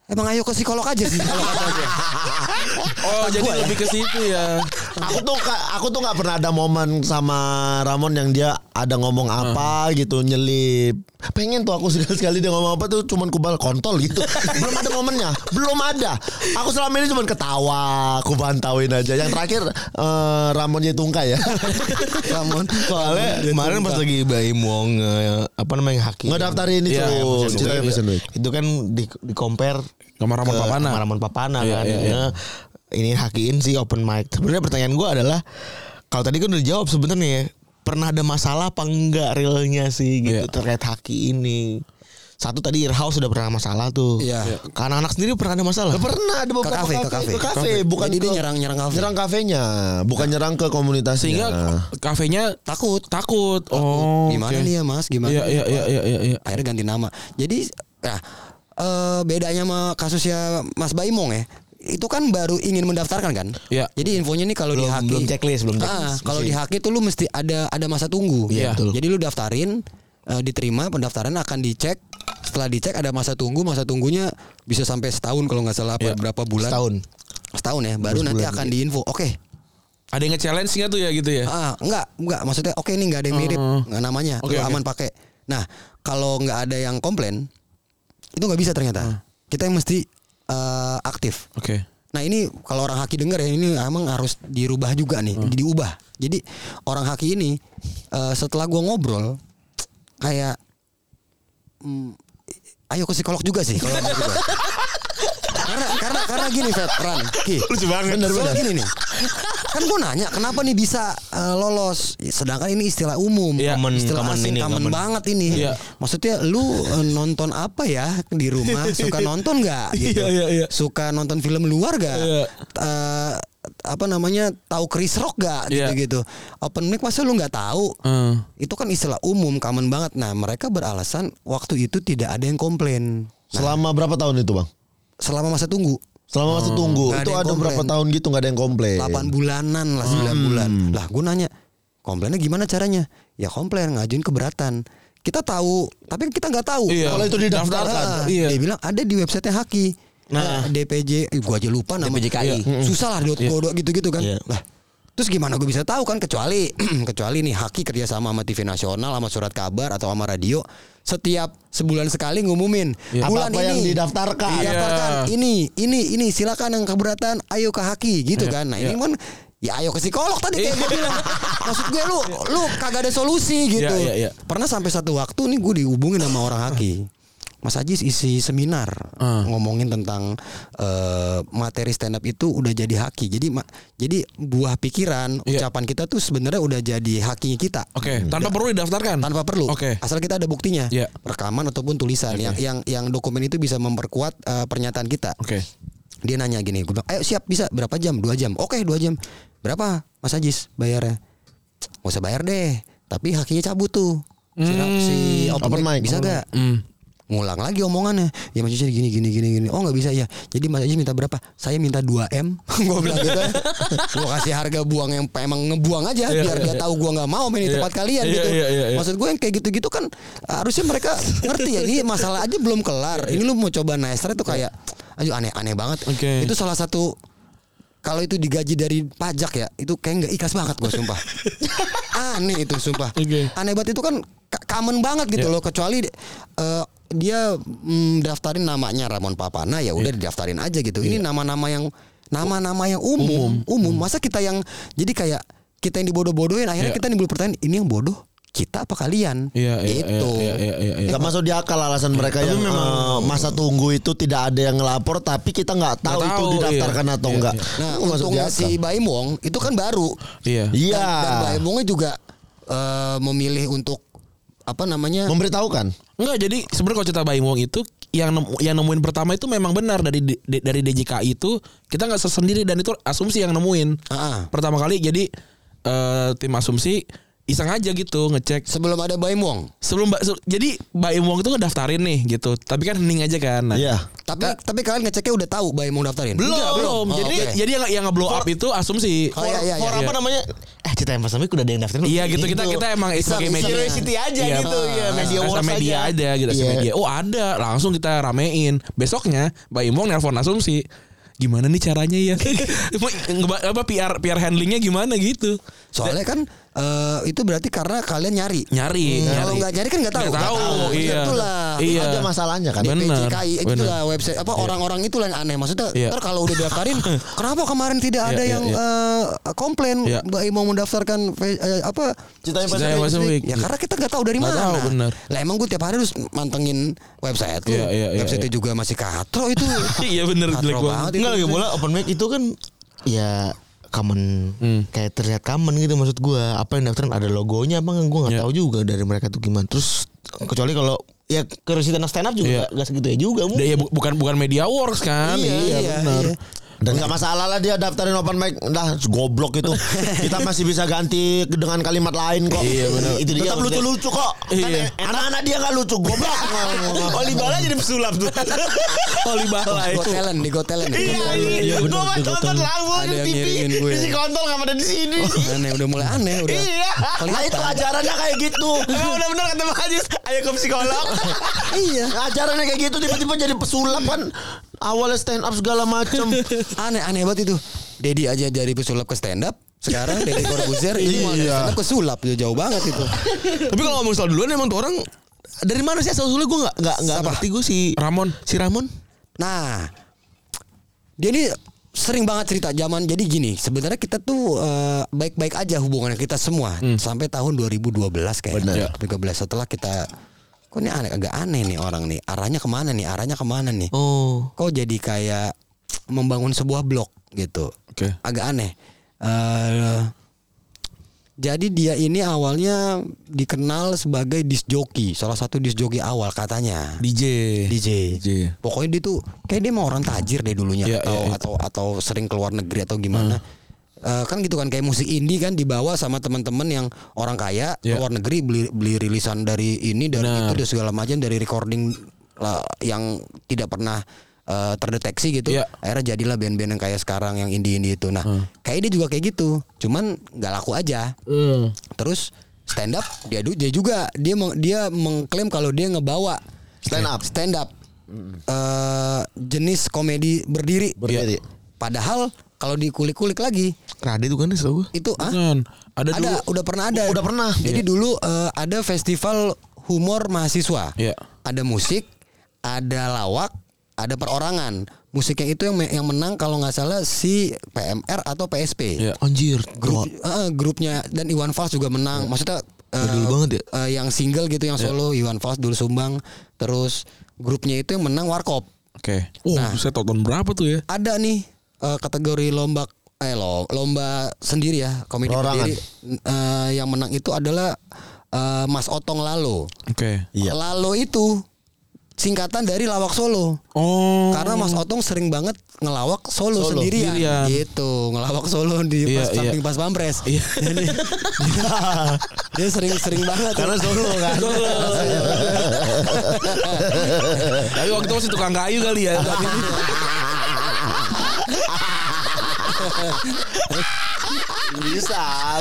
Speaker 4: Emang ayo ke psikolog aja sih kalau kata gue.
Speaker 3: Oh, jadi lebih ke situ ya.
Speaker 2: Aku tuh nggak pernah ada momen sama Ramon yang dia ada ngomong apa gitu nyelip. Pengen tuh aku sekali-sekali dia ngomong apa tuh cuman kubal kontol gitu. Belum ada momennya, belum ada. Aku selama ini cuman ketawa, aku bantauin aja. Yang terakhir Ramonnya Tungka ya.
Speaker 4: Ramon.
Speaker 5: Soalnya kemarin pas lagi Baim Wong apa namanya Haki
Speaker 2: Ngedaftarin itu
Speaker 3: Iya,
Speaker 2: Cita Fashion Week.
Speaker 5: itu kan di compare
Speaker 3: Sama Ramon Papana.
Speaker 5: sama Ramon Papana
Speaker 3: Iya,
Speaker 5: kan.
Speaker 3: iya, iya.
Speaker 5: Ini Hakiin sih open mic. Sebenarnya pertanyaan gue adalah kalau tadi kan udah dijawab sebenarnya ya, pernah ada masalah apa enggak realnya sih gitu
Speaker 3: Iya.
Speaker 5: terkait Haki ini. Satu tadi Earhouse sudah pernah masalah tuh.
Speaker 4: Iya.
Speaker 5: Karena anak sendiri pernah ada masalah.
Speaker 2: Pernah ada beberapa
Speaker 4: Ke
Speaker 2: kafe, bukan
Speaker 4: Jadi dia
Speaker 2: ke-
Speaker 4: nyerang kafe.
Speaker 2: nyerang kafenya, bukan nyerang ke komunitasnya.
Speaker 3: Sehingga kafenya
Speaker 4: Takut.
Speaker 3: Oh,
Speaker 4: Gimana
Speaker 3: oke.
Speaker 4: nih ya Mas? Gimana?
Speaker 3: Iya, iya, iya, iya, iya.
Speaker 4: Akhirnya ganti nama. Jadi bedanya sama kasusnya Mas Baimong ya. Itu kan baru ingin mendaftarkan kan?
Speaker 3: Iya.
Speaker 4: Jadi infonya nih kalau di Haki
Speaker 5: belum checklist, belum checklist.
Speaker 4: kalau di Haki tuh lu mesti ada masa tunggu.
Speaker 3: Iya,
Speaker 5: betul.
Speaker 4: Jadi lu daftarin, diterima, pendaftaran akan dicek. Setelah dicek ada masa tunggunya bisa sampai setahun kalau nggak salah apa
Speaker 3: Iya.
Speaker 4: berapa bulan. Setahun ya, baru nanti akan diinfo. Oke.
Speaker 3: Ada yang nge-challenge nggak tuh ya gitu ya?
Speaker 4: Enggak, maksudnya oke ini nggak ada yang mirip, nggak namanya,
Speaker 3: Oke,
Speaker 4: lu
Speaker 3: oke.
Speaker 4: aman pakai. Nah, kalau nggak ada yang komplain, itu nggak bisa ternyata. Kita yang mesti aktif.
Speaker 3: Oke.
Speaker 4: Nah ini kalau orang Haki denger ya, ini emang harus dirubah juga nih, diubah. Jadi orang Haki ini setelah gua ngobrol kayak ayo ke psikolog juga sih kalau menurut gua. Karena gini Fat, Ran, Ki.
Speaker 5: Lucu banget.
Speaker 4: Soalnya gini nih. Kan gue nanya kenapa nih bisa lolos, sedangkan ini istilah umum,
Speaker 3: Iya.
Speaker 4: istilah asing, common banget ini.
Speaker 3: Iya.
Speaker 4: Maksudnya lu nonton apa ya di rumah? Suka nonton nggak? Gitu.
Speaker 3: Iya, iya, iya.
Speaker 4: Suka nonton film luar nggak?
Speaker 3: Iya.
Speaker 4: Apa namanya? Tahu Chris Rock nggak?
Speaker 3: Iya.
Speaker 4: Gitu-gitu. Open mic masa lu nggak tahu? Itu kan istilah umum, common banget. Nah mereka beralasan waktu itu tidak ada yang komplain.
Speaker 2: Selama berapa tahun itu bang?
Speaker 4: Selama masa tunggu.
Speaker 2: Selama masa tunggu
Speaker 4: Nggak
Speaker 2: itu
Speaker 4: yang
Speaker 2: ada berapa
Speaker 4: komplain.
Speaker 2: tahun gitu nggak ada yang komplain.
Speaker 4: 8 bulanan lah 9 bulan. Lah gue nanya komplainnya gimana caranya? Ya komplain ngajuin keberatan. Kita tahu tapi kita nggak tahu.
Speaker 3: Iya.
Speaker 2: Kalau itu didaftarkan.
Speaker 3: Iya.
Speaker 4: Dia bilang ada di websitenya Haki. Nah DPJ, gue aja lupa nama.
Speaker 5: DPJKI.
Speaker 4: Susah lah gitu-gitu kan.
Speaker 5: Iya.
Speaker 4: Lah terus gimana gue bisa tahu kan kecuali nih Haki kerjasama sama TV nasional sama surat kabar atau sama radio setiap sebulan sekali ngumumin bulan
Speaker 2: Apa-apa
Speaker 4: ini
Speaker 2: yang didaftarkan.
Speaker 4: didaftarkan
Speaker 3: Iya.
Speaker 4: ini silakan yang keberatan ayo ke Haki gitu kan. Nah ini kan ya ayo ke psikolog tadi kayak gue bilang. Maksud gue lu kagak ada solusi gitu.
Speaker 3: Iya.
Speaker 4: Pernah sampai satu waktu nih gue dihubungin sama orang Haki. Mas Ajis isi seminar ngomongin tentang materi stand up itu udah jadi Haki. Jadi buah pikiran ucapan kita tuh sebenarnya udah jadi hakinya kita.
Speaker 3: Oke, tanpa perlu didaftarkan.
Speaker 4: Tanpa perlu.
Speaker 3: Oke.
Speaker 4: Asal kita ada buktinya.
Speaker 3: Iya.
Speaker 4: Rekaman ataupun tulisan yang dokumen itu bisa memperkuat pernyataan kita.
Speaker 3: Oke.
Speaker 4: Dia nanya gini, gue bilang, "Ayo siap bisa berapa jam? 2 jam." Oke, 2 jam. Berapa Mas Ajis bayarnya? Gak usah bayar deh. Tapi hakinya cabut tuh. Si open mic bisa gak? Ngulang lagi omongannya. Ya maksudnya gini. Oh gak bisa ya. Jadi Mas Ajis minta berapa? Saya minta 2M. Gue bilang gitu. Gue kasih harga buang yang emang ngebuang aja. Biar dia tahu gue gak mau main di tempat kalian gitu.
Speaker 3: Iya.
Speaker 4: Maksud gue yang kayak gitu-gitu kan harusnya mereka ngerti ya. Ini masalah aja belum kelar. Ini lu mau coba naik tuh kayak aduh aneh banget.
Speaker 3: Oke.
Speaker 4: Itu salah satu kalau itu digaji dari pajak ya, itu kayak nggak ikhlas banget gue sumpah. Aneh itu sumpah.
Speaker 3: Oke.
Speaker 4: Aneh banget itu kan common banget gitu loh. Kecuali dia daftarin namanya Ramon Papana ya udah didaftarin aja gitu. Ini nama-nama yang umum. Masa kita yang jadi kayak kita yang dibodoh-bodohin akhirnya kita nimbul pertanyaan ini yang bodoh kita apa kalian?
Speaker 3: Iya.
Speaker 4: Gitu.
Speaker 2: Gak masuk di akal alasan mereka yang masa tunggu itu tidak ada yang ngelapor tapi kita nggak tahu
Speaker 3: Nggak
Speaker 2: itu
Speaker 3: tahu,
Speaker 2: didaftarkan atau enggak.
Speaker 4: Nah,
Speaker 2: Itu masuk di
Speaker 4: untungnya
Speaker 2: akal.
Speaker 4: si Baim Wong itu kan baru.
Speaker 3: Iya.
Speaker 2: Iya.
Speaker 4: Dan Baim Wongnya juga memilih untuk apa namanya?
Speaker 2: Memberitahukan.
Speaker 3: Enggak, jadi sebenarnya kalau cerita Baim Wong itu yang nemuin pertama itu memang benar dari DJKI itu kita nggak sendiri dan itu asumsi yang nemuin. Pertama kali jadi tim asumsi iseng aja gitu ngecek.
Speaker 4: Sebelum ada Baim Wong.
Speaker 3: Jadi Baim Wong itu ngedaftarin nih gitu. Tapi kan hening aja kan. Nah,
Speaker 2: Iya.
Speaker 4: Tapi kalian ngeceknya udah tahu Baim Wong daftarin?
Speaker 3: Enggak, belum.
Speaker 4: Oh,
Speaker 3: Jadi yang nge-blow up itu asumsi.
Speaker 4: Oh, iya.
Speaker 5: For apa namanya? Cerita yang pas udah ada yang daftarin.
Speaker 3: Iya gitu kita emang sebagai media
Speaker 5: Curiosity aja gitu ya, media
Speaker 3: Asa
Speaker 5: wars
Speaker 3: media aja gitu, asa
Speaker 2: Iya.
Speaker 3: media. Oh ada, langsung kita ramein. Besoknya Baim Wong nelpon asumsi. Gimana nih caranya ya? Apa PR handlingnya gimana gitu?
Speaker 4: Soalnya kan itu berarti karena kalian nyari. Kalau nggak nyari kan nggak tahu.
Speaker 3: Nggak tahu, iya.
Speaker 4: Itulah.
Speaker 3: Iya.
Speaker 2: Ada masalahnya kan.
Speaker 3: Bener.
Speaker 4: PJKI itulah website apa orang-orang itulah yang aneh. Maksudnya
Speaker 3: Iya.
Speaker 4: ntar kalau udah daftarin, kenapa kemarin tidak ada
Speaker 3: Iya,
Speaker 4: yang
Speaker 3: iya.
Speaker 4: komplain
Speaker 3: Iya.
Speaker 4: Mbak Im mau mendaftarkan apa?
Speaker 2: Citayam
Speaker 3: Citayam
Speaker 2: Fashion
Speaker 3: Fashion
Speaker 2: Week.
Speaker 3: Week.
Speaker 4: Ya karena kita nggak tahu dari
Speaker 3: Nggak
Speaker 4: mana.
Speaker 3: tahu, bener.
Speaker 4: Lah emang gue tiap hari harus mantengin website tuh.
Speaker 3: Iya,
Speaker 4: Website juga masih katro itu.
Speaker 3: Iya bener, jelek
Speaker 4: Katro
Speaker 3: banget.
Speaker 4: banget
Speaker 5: Enggak
Speaker 4: itu.
Speaker 5: lagi bola open mic itu kan ya common kayak terlihat common gitu maksud gua. Apa yang daftarin ada logonya apa gua enggak
Speaker 3: Iya.
Speaker 5: tahu juga dari mereka tuh gimana. Terus kecuali kalau ya curiosity anak stand up juga
Speaker 3: Iya.
Speaker 5: enggak segitu ya juga mungkin.
Speaker 3: Ya bukan media works kan.
Speaker 4: Iya,
Speaker 3: benar.
Speaker 4: iya.
Speaker 2: Dan gak masalah lah dia daftarin open mic. Dah goblok itu. Kita masih bisa ganti dengan kalimat lain kok.
Speaker 3: Iya, benar.
Speaker 2: Itu dia tetap lucu-lucu kok.
Speaker 3: Iya.
Speaker 2: Kan anak-anak dia gak lucu. Goblok.
Speaker 5: Olibala jadi pesulap tuh.
Speaker 3: Olibala
Speaker 4: Got
Speaker 3: itu.
Speaker 4: talent, di Got Talent.
Speaker 3: Iya, bener,
Speaker 5: Gua
Speaker 3: di
Speaker 5: nonton
Speaker 3: Gotham.
Speaker 5: langsung
Speaker 4: Ada
Speaker 5: di
Speaker 4: yang
Speaker 5: TV.
Speaker 4: ngirimin gue.
Speaker 5: Di si kontol enggak ada di sini.
Speaker 4: Aneh, udah mulai aneh udah.
Speaker 5: Iya.
Speaker 2: Nah itu ajarannya kayak gitu.
Speaker 5: Emang udah bener kata Bang Ajis, ayo ke psikolog.
Speaker 4: Iya.
Speaker 2: Ajarannya kayak gitu tiba-tiba jadi pesulap kan. Awalnya stand up segala macem.
Speaker 4: Aneh banget itu. Dedi aja dari pesulap ke stand up. Sekarang Dedi Corbuzier ini mau dari stand up ke sulap. Jauh banget itu.
Speaker 5: Tapi kalau ngomong soal duluan emang tuh orang dari mana sih asal usulnya gue nggak ngerti gue si
Speaker 3: Ramon.
Speaker 4: Nah, dia ini sering banget cerita zaman. Jadi gini, sebenarnya kita tuh baik-baik aja hubungannya kita semua sampai tahun 2012 kayaknya. 2013 setelah kita kok ini agak aneh nih orang nih. Arahnya kemana nih?
Speaker 5: Oh.
Speaker 4: Kok jadi kayak membangun sebuah blok gitu.
Speaker 3: Oke.
Speaker 4: Agak aneh. Jadi dia ini awalnya dikenal sebagai disc jockey, salah satu disc jockey awal katanya. DJ. Pokoknya dia tuh kayak dia mau orang tajir deh dulunya.
Speaker 3: Iya,
Speaker 4: atau sering keluar negeri atau gimana. Kan gitu kan, kayak musik indie kan dibawa sama teman-teman yang orang kaya luar negeri, beli rilisan dari ini dari itu dan segala macam, dari recording yang tidak pernah terdeteksi gitu. Akhirnya jadilah band-band yang kayak sekarang yang indie itu. Nah, kayak dia juga kayak gitu. Cuman nggak laku aja. Terus stand up dia juga mengklaim kalau dia ngebawa stand up jenis komedi berdiri. Padahal kalau dikulik-kulik lagi
Speaker 5: Rade tuh kan setahu gue.
Speaker 4: itu
Speaker 3: Ada dulu.
Speaker 4: udah pernah ada.
Speaker 2: Udah pernah.
Speaker 4: Jadi dulu ada festival humor mahasiswa.
Speaker 3: Iya.
Speaker 4: Ada musik, ada lawak, ada perorangan. Musiknya itu yang menang kalau nggak salah si PMR atau PSP.
Speaker 3: Iya.
Speaker 5: Anjir.
Speaker 4: Grupnya dan Iwan Fals juga menang. Maksudnya
Speaker 5: Dulu banget ya.
Speaker 4: yang single gitu, yang solo Iwan Fals dulu sumbang. Terus grupnya itu yang menang Warkop.
Speaker 3: Oke. Saya tahun berapa tuh ya?
Speaker 4: Ada nih kategori lomba sendiri ya, komedi
Speaker 2: Perorangan.
Speaker 4: sendiri. Yang menang itu adalah Mas Otong Lalo.
Speaker 3: Oke.
Speaker 2: Iya.
Speaker 4: Lalo itu singkatan dari lawak solo.
Speaker 3: Oh.
Speaker 4: Karena Mas Otong sering banget ngelawak solo sendirian. Gitu, ngelawak solo di samping pas pampres.
Speaker 3: Iya.
Speaker 4: Jadi, dia sering banget
Speaker 2: Karena solo kan.
Speaker 3: Tapi waktu itu masih tukang kayu kali ya.
Speaker 2: Bisa.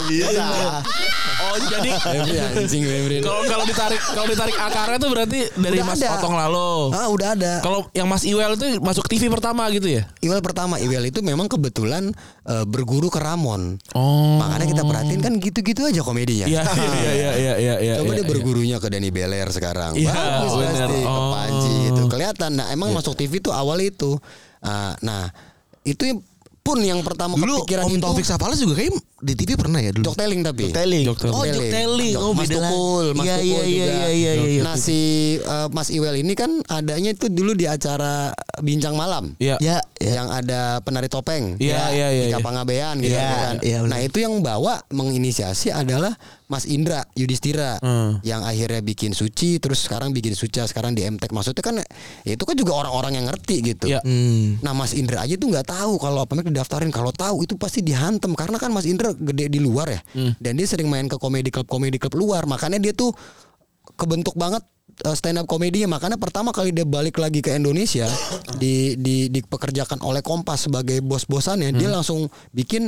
Speaker 3: Oh jadi kalau ditarik akarnya tuh berarti dari
Speaker 4: Udah
Speaker 3: Mas
Speaker 4: ada.
Speaker 3: Otong Lalo.
Speaker 4: Udah ada.
Speaker 3: Kalau yang Mas Iwel itu masuk TV pertama gitu ya?
Speaker 4: Iwel itu memang kebetulan berguru ke Ramon.
Speaker 3: Oh.
Speaker 4: Makanya kita perhatiin kan gitu-gitu aja komedinya.
Speaker 3: Iya.
Speaker 4: Coba dia bergurunya ke Denny Beler sekarang.
Speaker 3: Iya,
Speaker 4: Bagus
Speaker 3: bener.
Speaker 4: pasti ke
Speaker 3: Oh.
Speaker 4: Panji itu kelihatan. Nah, emang masuk TV tuh awal itu. Nah, itu pun yang pertama
Speaker 5: Dulu
Speaker 4: kepikiran
Speaker 5: Om
Speaker 4: itu
Speaker 5: Taufik Sapala juga kayak di TV pernah ya dulu.
Speaker 4: Jokteling tapi.
Speaker 2: Teling.
Speaker 5: Oh, Jokteling. Oh,
Speaker 4: Mas
Speaker 5: beda lagi.
Speaker 4: Tukul, Mas
Speaker 5: Iya,
Speaker 4: Tukul
Speaker 5: iya,
Speaker 4: juga.
Speaker 5: iya, iya, iya.
Speaker 4: Nah, si Mas Iwel ini kan adanya itu dulu di acara Bincang Malam.
Speaker 3: Iya.
Speaker 5: Ya,
Speaker 4: Yang ada penari topeng.
Speaker 3: Iya, iya, iya,
Speaker 4: Ika
Speaker 3: iya.
Speaker 4: Pangabean gitu
Speaker 5: Iya,
Speaker 4: kan.
Speaker 5: iya, benar.
Speaker 4: Nah, itu yang bawa menginisiasi adalah Mas Indra Yudhistira yang akhirnya bikin Suci, terus sekarang bikin Suca, sekarang di MTek. Maksudnya kan ya itu kan juga orang-orang yang ngerti gitu.
Speaker 3: Iya.
Speaker 4: Nah, Mas Indra aja tuh nggak tahu kalau apa namanya didaftarin. Kalau tahu itu pasti dihantem karena kan Mas Indra bener-bener gede di luar ya. Dan dia sering main ke komedi klub luar. Makanya dia tuh kebentuk banget stand up komedinya. Makanya pertama kali dia balik lagi ke Indonesia dipekerjakan oleh Kompas sebagai bos-bosannya, dia langsung bikin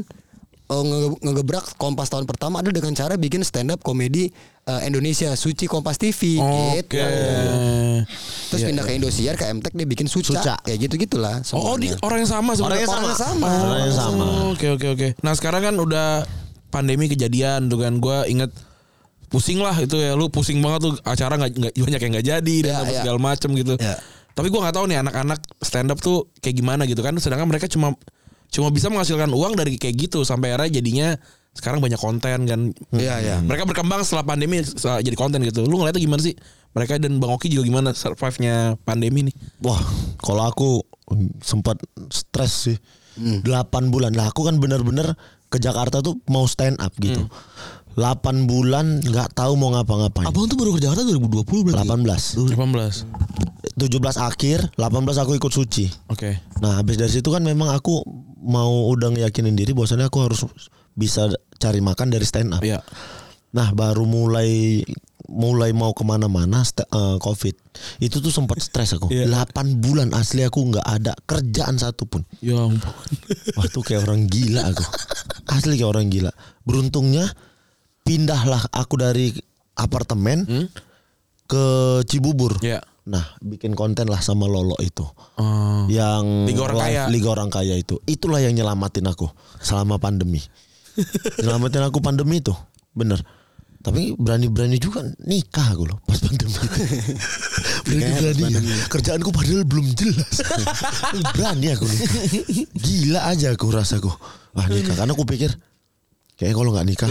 Speaker 4: ngegebrak Kompas tahun pertama ada dengan cara bikin stand up komedi Indonesia Suci Kompas TV gitu. Terus pindah ke Indosiar ke MTek dia bikin Suca. Kayak gitu-gitulah semuanya.
Speaker 3: Orang yang sama sebenarnya.
Speaker 2: Orang yang sama.
Speaker 3: Oke. Nah, sekarang kan udah pandemi kejadian tuh kan, gue inget pusing lah itu ya, lu pusing banget tuh, acara nggak banyak yang nggak jadi dan segala macem gitu. Tapi gue nggak tahu nih anak-anak stand up tuh kayak gimana gitu kan, sedangkan mereka cuma bisa menghasilkan uang dari kayak gitu sampai akhirnya jadinya sekarang banyak konten kan. Mereka berkembang setelah pandemi jadi konten gitu. Lu ngeliatnya gimana sih mereka, dan Bang Oki juga gimana survive-nya pandemi nih?
Speaker 2: Wah, kalau aku sempat stres sih. 8 bulan. Lah aku kan bener-bener ke Jakarta tuh mau stand up gitu. 8 bulan nggak tahu mau ngapa-ngapain.
Speaker 5: Abang tuh baru ke Jakarta 2020 berarti.
Speaker 3: 18.
Speaker 2: 17 akhir, 18 aku ikut Suci.
Speaker 3: Oke.
Speaker 2: Nah, habis dari situ kan memang aku mau udah ngeyakinin diri bahwasannya aku harus bisa cari makan dari stand up.
Speaker 3: Iya.
Speaker 2: Nah, baru mulai mau kemana-mana COVID. Itu tuh sempat stres aku. 8 bulan asli aku nggak ada kerjaan satupun.
Speaker 3: Ya ampun.
Speaker 2: Wah, tuh kayak orang gila aku. Asli kayak orang gila. Beruntungnya pindahlah aku dari apartemen ke Cibubur.
Speaker 3: Iya.
Speaker 2: Nah, bikin konten lah sama Lolo itu. Yang Liga Orang Kaya itu. Itulah yang nyelamatin aku selama pandemi. Nyelamatin aku pandemi itu. Bener. Tapi berani-berani juga nikah aku loh pas pandemi itu. Berani-berani. Kerjaanku padahal belum jelas. Berani aku loh. Gila aja aku rasaku. Wah, nikah. Karena aku pikir kayaknya kalau gak nikah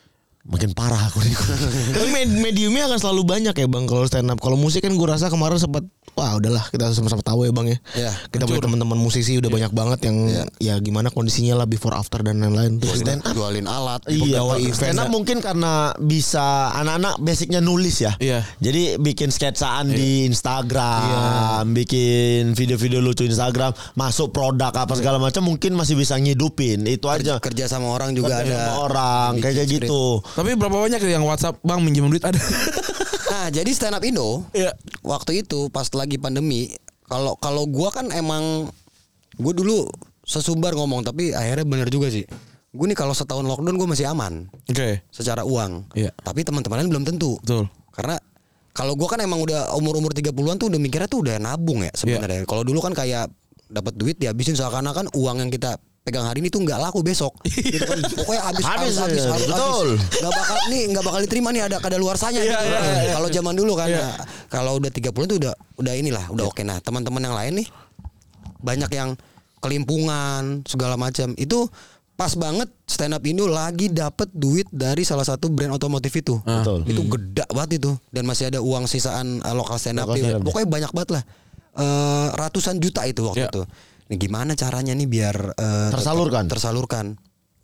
Speaker 2: makin parah aku nih.
Speaker 5: Tapi mediumnya akan selalu banyak ya Bang kalau stand up. Kalau musik kan gue rasa kemarin sempat wah udahlah kita sama-sama tahu ya Bang ya. Kita punya teman-teman musisi udah banyak banget yang ya gimana kondisinya lah before after dan lain-lain.
Speaker 2: Terus stand up
Speaker 4: jualin alat,
Speaker 2: stand up mungkin karena bisa anak-anak basicnya nulis ya. Jadi bikin sketsaan di Instagram, bikin video-video lucu Instagram, masuk produk apa segala macam mungkin masih bisa ngidupin. Itu aja.
Speaker 4: Kerja sama orang juga
Speaker 2: ada. Sama orang kayak gitu.
Speaker 3: Tapi berapa banyak yang WhatsApp Bang minjem duit ada?
Speaker 4: Nah, jadi stand up Indo waktu itu pas lagi pandemi, kalau gua kan emang gua dulu sesumbar ngomong, tapi akhirnya bener juga sih. Gue nih kalau setahun lockdown gue masih aman. Secara uang. Tapi teman-teman lain belum tentu.
Speaker 3: Betul.
Speaker 4: Karena kalau gua kan emang udah umur 30-an tuh udah mikirnya tuh udah nabung ya sebenarnya. Kalau dulu kan kayak dapat duit dihabisin seakan-akan uang yang kita pegang hari ini tuh nggak laku besok. Gitu kan. Pokoknya habis.
Speaker 2: Betul.
Speaker 4: Nggak bakal diterima nih, ada kadaluarsanya gitu. Kalau zaman dulu kan kalau udah 30 tuh udah inilah, udah oke. Nah, teman-teman yang lain nih banyak yang kelimpungan segala macam. Itu pas banget stand up Indo lagi dapet duit dari salah satu brand otomotif itu.
Speaker 2: Betul.
Speaker 4: Itu gede banget itu, dan masih ada uang sisaan lokal stand up. Pokoknya banyak banget lah. Ratusan juta itu waktu itu. Nih, gimana caranya nih biar tersalurkan.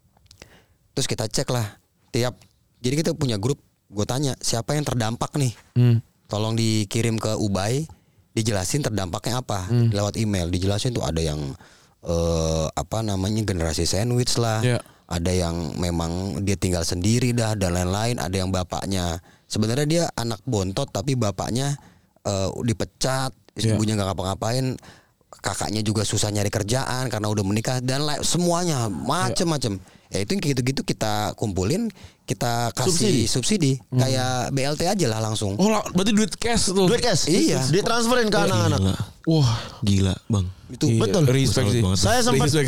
Speaker 4: Terus kita cek lah jadi kita punya grup. Gue tanya siapa yang terdampak nih, tolong dikirim ke Ubay, dijelasin terdampaknya apa lewat email. Dijelasin tuh ada yang generasi sandwich lah, ada yang memang dia tinggal sendiri dah dan lain-lain, ada yang bapaknya sebenarnya dia anak bontot tapi bapaknya dipecat, ibunya nggak ngapa-ngapain. Kakaknya juga susah nyari kerjaan karena udah menikah dan semuanya macem-macem. Ya itu gitu-gitu kita kumpulin, kita kasih subsidi. Kayak BLT aja lah langsung.
Speaker 3: Oh, berarti duit cash tuh.
Speaker 2: Duit cash.
Speaker 4: Iya.
Speaker 2: Ditransferin ke anak-anak.
Speaker 5: Wah, gila Bang.
Speaker 2: Itu betul.
Speaker 3: Respect sih.
Speaker 2: Saya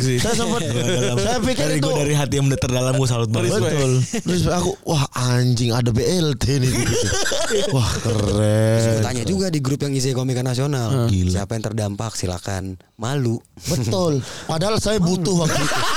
Speaker 2: pikir itu
Speaker 5: dari hati yang terdalam gue salut banget.
Speaker 2: Betul. Terus aku wah anjing ada BLT nih gitu. Wah keren.
Speaker 4: Terus gue tanya juga di grup yang isi komika nasional, siapa yang terdampak silakan malu.
Speaker 2: Betul. Padahal saya butuh waktu itu.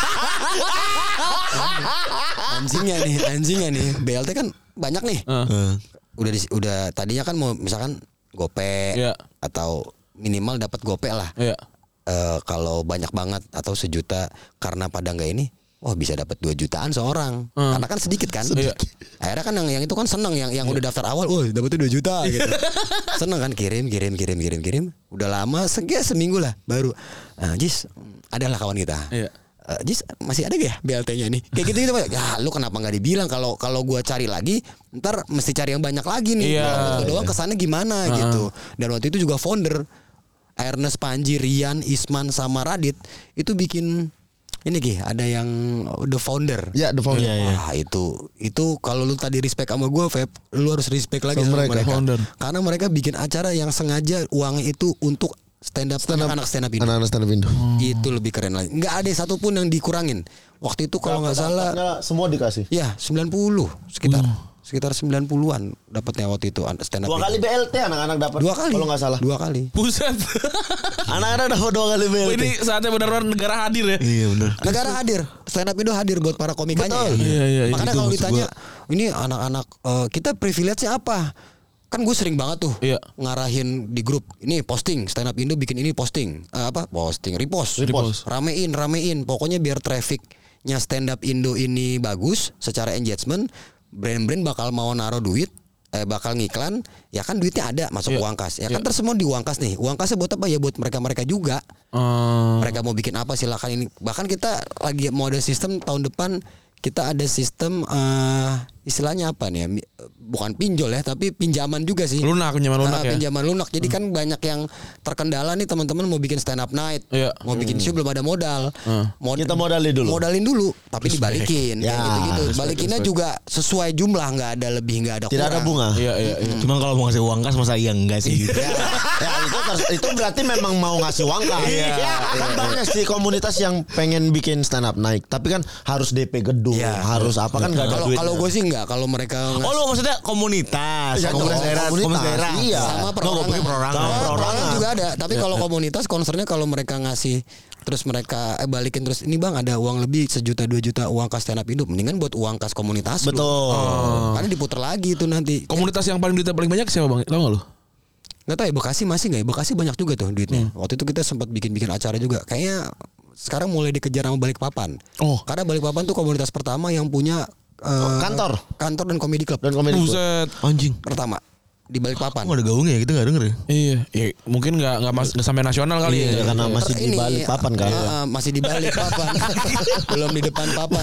Speaker 4: Anjingnya nih BLT kan banyak nih. Udah tadinya kan mau misalkan gope atau minimal dapat gope lah. Kalau banyak banget atau 1 juta, karena pada nggak ini, wah bisa dapat 2 jutaan seorang. Karena kan sedikit kan. Akhirnya kan yang itu kan seneng, yang udah daftar awal, wah dapetnya 2 juta gitu. Seneng kan, kirim. Udah lama seminggu lah baru. Jis, adalah kawan kita. Jis masih ada gak ya BLT-nya nih? Kayak gitu Pak. Ya lu kenapa nggak dibilang kalau gue cari lagi ntar mesti cari yang banyak lagi nih.
Speaker 3: Iya.
Speaker 4: Kalau foto doang kesannya gimana gitu. Dan waktu itu juga founder Ernest, Panji, Rian, Isman sama Radit itu bikin ini ada yang the founder.
Speaker 2: Ya, the founder.
Speaker 4: Wah itu kalau lu tadi respect sama gue, Feb, lu harus respect lagi sama mereka.
Speaker 3: Founder.
Speaker 4: Karena mereka bikin acara yang sengaja uangnya itu untuk stand up anak stand up Indo.
Speaker 2: Anak-anak stand up Indo.
Speaker 4: Itu lebih keren lagi. Nggak ada satupun yang dikurangin. Waktu itu kalau nggak salah,
Speaker 2: semua dikasih.
Speaker 4: ya 90 sekitar 90-an dapatnya waktu itu stand up.
Speaker 2: 2 kali BLT anak-anak dapat.
Speaker 4: 2 kali.
Speaker 2: Kalau nggak salah.
Speaker 4: 2 kali.
Speaker 3: Buset.
Speaker 2: Anak-anak dapat 2 kali BLT.
Speaker 3: Ini saatnya benar-benar negara hadir ya.
Speaker 5: Iya benar.
Speaker 4: Negara hadir, stand up Indo hadir buat para komikanya.
Speaker 2: Betul.
Speaker 4: Ya.
Speaker 3: Iya,
Speaker 4: Makanya
Speaker 5: itu
Speaker 4: kalau
Speaker 5: maksud
Speaker 4: ditanya, ini anak-anak kita privilege-nya apa? Kan gue sering banget tuh
Speaker 3: Iya.
Speaker 4: ngarahin di grup. Ini posting, stand up Indo bikin ini posting. Posting, repost. Ramein. Pokoknya biar trafficnya stand up Indo ini bagus secara engagement, brand-brand bakal mau naruh duit, bakal ngiklan, ya kan duitnya ada masuk uang kas. Ya kan terus semua di uang kas nih. Uang kasnya buat apa ya? Buat mereka-mereka juga. Mereka mau bikin apa silakan ini. Bahkan kita lagi mau ada sistem tahun depan, kita ada sistem istilahnya apa nih ya? Bukan pinjol ya, tapi pinjaman juga sih.
Speaker 3: Pinjaman lunak ya.
Speaker 4: Pinjaman lunak. Jadi kan banyak yang terkendala nih teman-teman mau bikin stand up night,
Speaker 3: Iya.
Speaker 4: mau bikin show belum ada modal.
Speaker 2: Kita modalin dulu.
Speaker 4: Modalin dulu, tapi dibalikin.
Speaker 2: Ya,
Speaker 4: Kayak gitu-gitu.
Speaker 2: respect,
Speaker 4: Balikinnya juga sesuai jumlah, nggak ada lebih, nggak ada
Speaker 2: Tidak ada
Speaker 4: kurang.
Speaker 2: bunga.
Speaker 3: Iya.
Speaker 5: Cuma kalau mau ngasih uang kas masa iya enggak sih gitu.
Speaker 2: Ya itu berarti memang mau ngasih uang kan. Kan banyak sih komunitas yang pengen bikin stand up naik, tapi kan harus DP gedung,
Speaker 4: Iya.
Speaker 2: harus apa kan nggak ada duit.
Speaker 4: Kalau gue sih nggak, kalau mereka
Speaker 5: Oh lu maksudnya komunitas.
Speaker 2: Ya,
Speaker 5: Komunitas daerah.
Speaker 2: komunitas.
Speaker 5: daerah.
Speaker 2: Iya.
Speaker 4: sama
Speaker 5: Lo gue pikir perorangan.
Speaker 4: perorangan juga ada. Tapi kalau komunitas concernnya kalau mereka ngasih terus mereka balikin terus ini bang ada uang lebih 1 juta 2 juta uang kas stand up hidup, mendingan buat uang kas komunitas.
Speaker 2: Betul.
Speaker 4: Karena diputer lagi itu nanti.
Speaker 3: Komunitas yang paling duitnya paling banyak siapa bang? Tahu nggak lu?
Speaker 4: Nggak tahu ya Bekasi masih nggak ya? Bekasi banyak juga tuh duitnya. Waktu itu kita sempat bikin acara juga. Kayaknya sekarang mulai dikejar sama Balikpapan.
Speaker 3: Oh.
Speaker 4: Karena Balikpapan tuh komunitas pertama yang punya
Speaker 2: kantor
Speaker 4: dan komedi club
Speaker 2: dan komedi.
Speaker 3: Buset.
Speaker 5: Anjing.
Speaker 4: pertama di Balikpapan.
Speaker 5: Kok ada gaungnya ya? Kita enggak denger ya.
Speaker 3: Iya. Mungkin nggak sampai nasional kali
Speaker 2: Ya,
Speaker 3: ya.
Speaker 2: karena masih di
Speaker 4: Ini,
Speaker 2: balik papan kan.
Speaker 4: masih di balik papan. Belum di depan papan.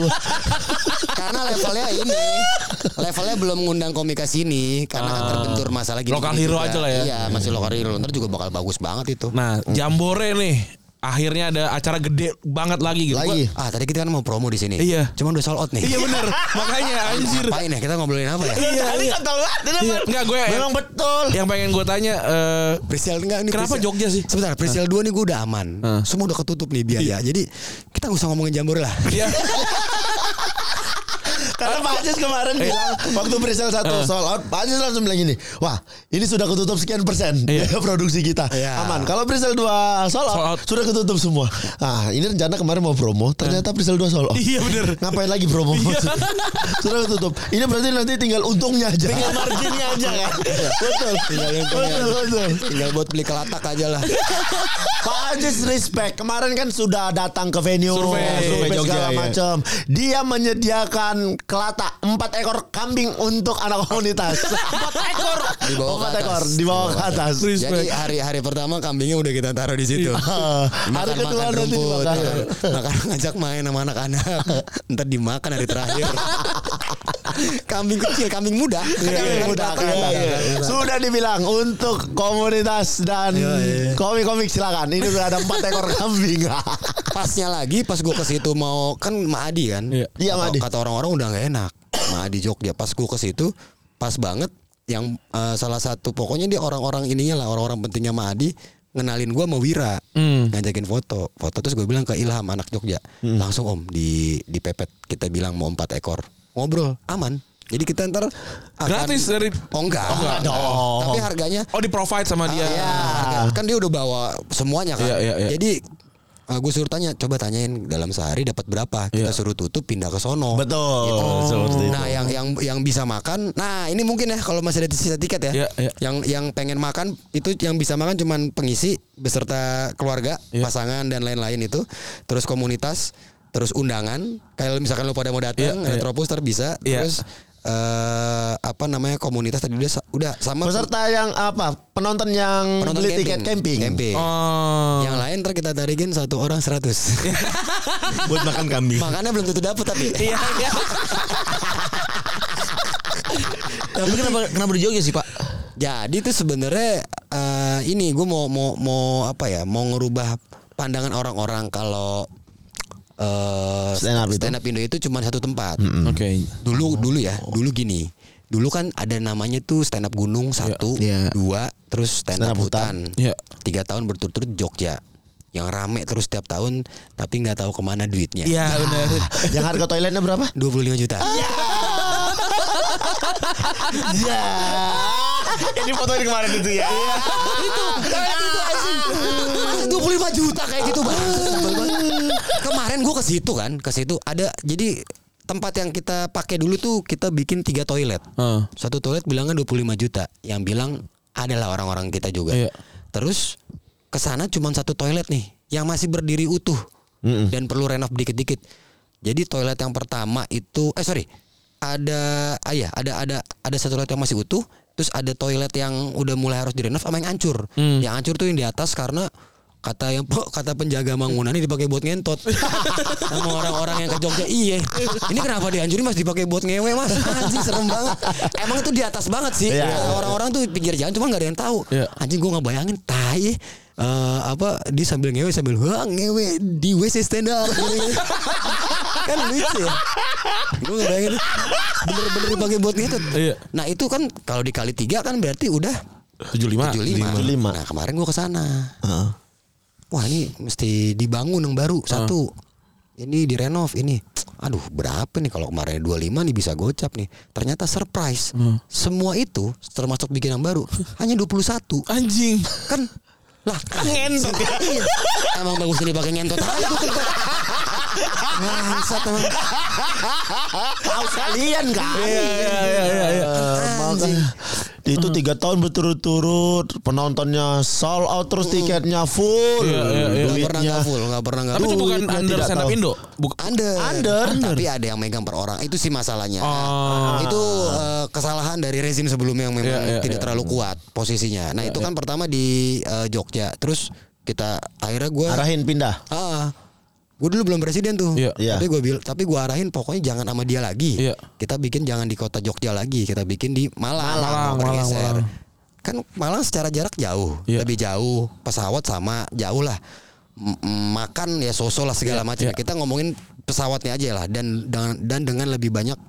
Speaker 4: Karena levelnya belum ngundang komika sini karena kan terbentur masalah gini.
Speaker 3: Lokal hero aja lah ya.
Speaker 4: Iya, masih lokal hero. Ntar juga bakal bagus banget itu.
Speaker 3: Nah, Jambore nih. Akhirnya ada acara gede banget lagi gitu.
Speaker 2: Lagi.
Speaker 4: Tadi kita kan mau promo di sini.
Speaker 3: Iya.
Speaker 4: Cuma udah sold out nih.
Speaker 3: Iya bener. Makanya anjir.
Speaker 4: Ngapain ya? Kita ngobrolin apa ya?
Speaker 3: Iya. Enggak gue.
Speaker 2: Memang betul.
Speaker 3: Yang pengen gue tanya
Speaker 4: Presale enggak nih?
Speaker 3: kenapa
Speaker 4: presale-
Speaker 3: Jogja sih?
Speaker 4: Sebentar, presale 2 nih gue udah aman. Semua udah ketutup nih biaya. Jadi kita gak usah ngomongin Jambore lah.
Speaker 3: Iya.
Speaker 2: Karena Pak Ajis kemarin bilang waktu presale 1 sold out, Pak Ajis langsung bilang gini, wah ini sudah ketutup sekian persen biaya produksi kita,
Speaker 4: Iya.
Speaker 2: aman. Kalau presale 2 sold out, sudah ketutup semua. Nah ini rencana kemarin mau promo, ternyata presale 2 sold out.
Speaker 3: Iya bener.
Speaker 2: Ngapain lagi promo? Sudah ketutup. Ini berarti nanti tinggal untungnya aja. Tinggal marginnya aja kan. Betul. Betul.
Speaker 4: Tinggal buat beli kelatak aja lah.
Speaker 2: Pak Ajis respect. Kemarin kan sudah datang ke venue
Speaker 3: Survei
Speaker 5: Jogja,
Speaker 2: segala
Speaker 5: ya.
Speaker 2: macam. Dia menyediakan kelatak 4 ekor kambing untuk anak komunitas. 4 ekor.
Speaker 4: Dibawa ke
Speaker 2: 4
Speaker 4: atas.
Speaker 2: ekor dibawa ke atas.
Speaker 4: Jadi hari pertama kambingnya udah kita taruh di situ.
Speaker 2: Hari kedua nanti dimakan.
Speaker 4: Makan ngajak main sama anak-anak. Ntar dimakan hari terakhir. Kambing kecil, kambing muda.
Speaker 2: Kambing muda. Sudah dibilang untuk komunitas dan komik-komik silakan. Ini udah ada 4 ekor kambing.
Speaker 4: Pasnya lagi pas gue ke situ mau kan Maadi kan.
Speaker 2: Iya, Maadi.
Speaker 4: Kata orang-orang udah nggak enak. Maadi Jogja. Pas gue ke situ pas banget yang salah satu pokoknya dia orang-orang ininya lah orang-orang pentingnya Maadi ngenalin gue sama Wira, ngajakin foto terus gue bilang ke Ilham anak Jogja, langsung om dipepet kita bilang mau 4 ekor ngobrol aman. Jadi kita ntar akan,
Speaker 3: Gratis dari
Speaker 4: enggak
Speaker 2: dong.
Speaker 4: tapi harganya
Speaker 3: Oh di provide sama dia.
Speaker 4: kan dia udah bawa semuanya kan.
Speaker 3: Iya.
Speaker 4: Jadi gue suruh coba tanyain dalam sehari dapat berapa. Kita suruh tutup pindah ke sono.
Speaker 2: Betul.
Speaker 4: Gitu. Nah, yang bisa makan. Nah, ini mungkin ya kalau masih ada sisa tiket ya.
Speaker 3: Iya.
Speaker 4: Yang pengen makan itu yang bisa makan cuman pengisi beserta keluarga, pasangan dan lain-lain itu. Terus komunitas, terus undangan. Kayak misalkan lu pada mau datang, Retropus bisa.
Speaker 3: Iya.
Speaker 4: Terus apa namanya komunitas tadi udah sama
Speaker 2: Peserta yang apa? Penonton yang
Speaker 4: penonton
Speaker 2: beli tiket camping.
Speaker 3: Oh.
Speaker 4: Yang lain ntar kita tarikin satu orang 100.
Speaker 5: Buat makan kambing.
Speaker 4: Makannya belum tentu dapet tapi.
Speaker 3: Iya.
Speaker 5: Tapi kenapa di Jogja sih, Pak?
Speaker 4: Jadi itu sebenarnya ini gue mau apa ya? Mau ngerubah pandangan orang-orang kalau
Speaker 2: Stand up
Speaker 4: Indo itu cuma satu tempat.
Speaker 3: Oke.
Speaker 4: Dulu gini. Dulu kan ada namanya tuh stand up gunung 1,
Speaker 5: Iya.
Speaker 4: 2, terus stand up hutan.
Speaker 3: Iya.
Speaker 4: 3 tahun berturut-turut Jogja. Yang rame terus setiap tahun tapi nggak tahu kemana duitnya.
Speaker 3: Iya benar.
Speaker 2: Yang harga toiletnya berapa?
Speaker 4: 25 juta.
Speaker 2: Ya.
Speaker 5: Ini fotonya kemarin itu ya.
Speaker 4: Itu anjing. Masa 25 juta kayak gitu banget. Kemarin gue ke situ ada jadi tempat yang kita pakai dulu tuh kita bikin 3 toilet. Satu toilet bilangnya 25 juta. Yang bilang adalah orang-orang kita juga.
Speaker 3: Iya.
Speaker 4: Terus kesana cuma satu toilet nih yang masih berdiri utuh dan perlu renov dikit-dikit. Jadi toilet yang pertama itu ada satu toilet yang masih utuh, terus ada toilet yang udah mulai harus direnov sama yang hancur. Yang hancur tuh yang di atas karena kata penjaga bangunan ini dipakai buat ngentot. Sama orang-orang yang ke Jogja, iya. Ini kenapa dihancurin Mas dipakai buat ngewe Mas? Anjing serem banget. Emang itu di atas banget sih. Orang-orang tuh pinggir jalan cuma enggak ada yang tahu. Anjing gua enggak bayangin tai. Dia sambil ngewe ngewe di WC stand up. Kan lucu ya. Gue nggak bayangin bener-bener dipakai buat ngentot. Nah itu kan kalau dikali 3 kan berarti udah 75. Nah kemarin gue kesana. Wah ini mesti dibangun yang baru satu. Ini direnov ini. Aduh berapa nih kalau kemarin 25 nih bisa gocap nih. Ternyata surprise. Semua itu termasuk bikin yang baru hanya 21.
Speaker 3: Anjing.
Speaker 4: Kan lah ngentot. Iya. Emang bagus ini pakai ngentot aja tuh. Bangsat emang.
Speaker 2: Tahu sekalian kan?
Speaker 3: Iya.
Speaker 2: Anjing. Itu 3 tahun berturut-turut penontonnya sold out terus tiketnya full.
Speaker 4: Nggak pernah nggak.
Speaker 3: Tapi itu bukan
Speaker 2: Duitnya
Speaker 3: under
Speaker 2: tidak
Speaker 3: stand up
Speaker 2: tahu.
Speaker 3: Indo.
Speaker 4: Under. Tapi ada yang megang per orang. Itu sih masalahnya. Itu kesalahan dari rezim sebelumnya yang memang tidak terlalu kuat posisinya. Nah itu kan pertama di Jogja. Terus kita akhirnya gue
Speaker 2: Arahin pindah.
Speaker 4: Gue dulu belum presiden tuh.
Speaker 2: Iya.
Speaker 4: Tapi gue arahin pokoknya jangan sama dia lagi. Kita bikin jangan di kota Jogja lagi. Kita bikin di Malang. Kan Malang secara jarak jauh, lebih jauh. Pesawat sama jauh lah. Makan ya sosok lah segala macam. Kita ngomongin pesawatnya aja lah dan dengan lebih banyak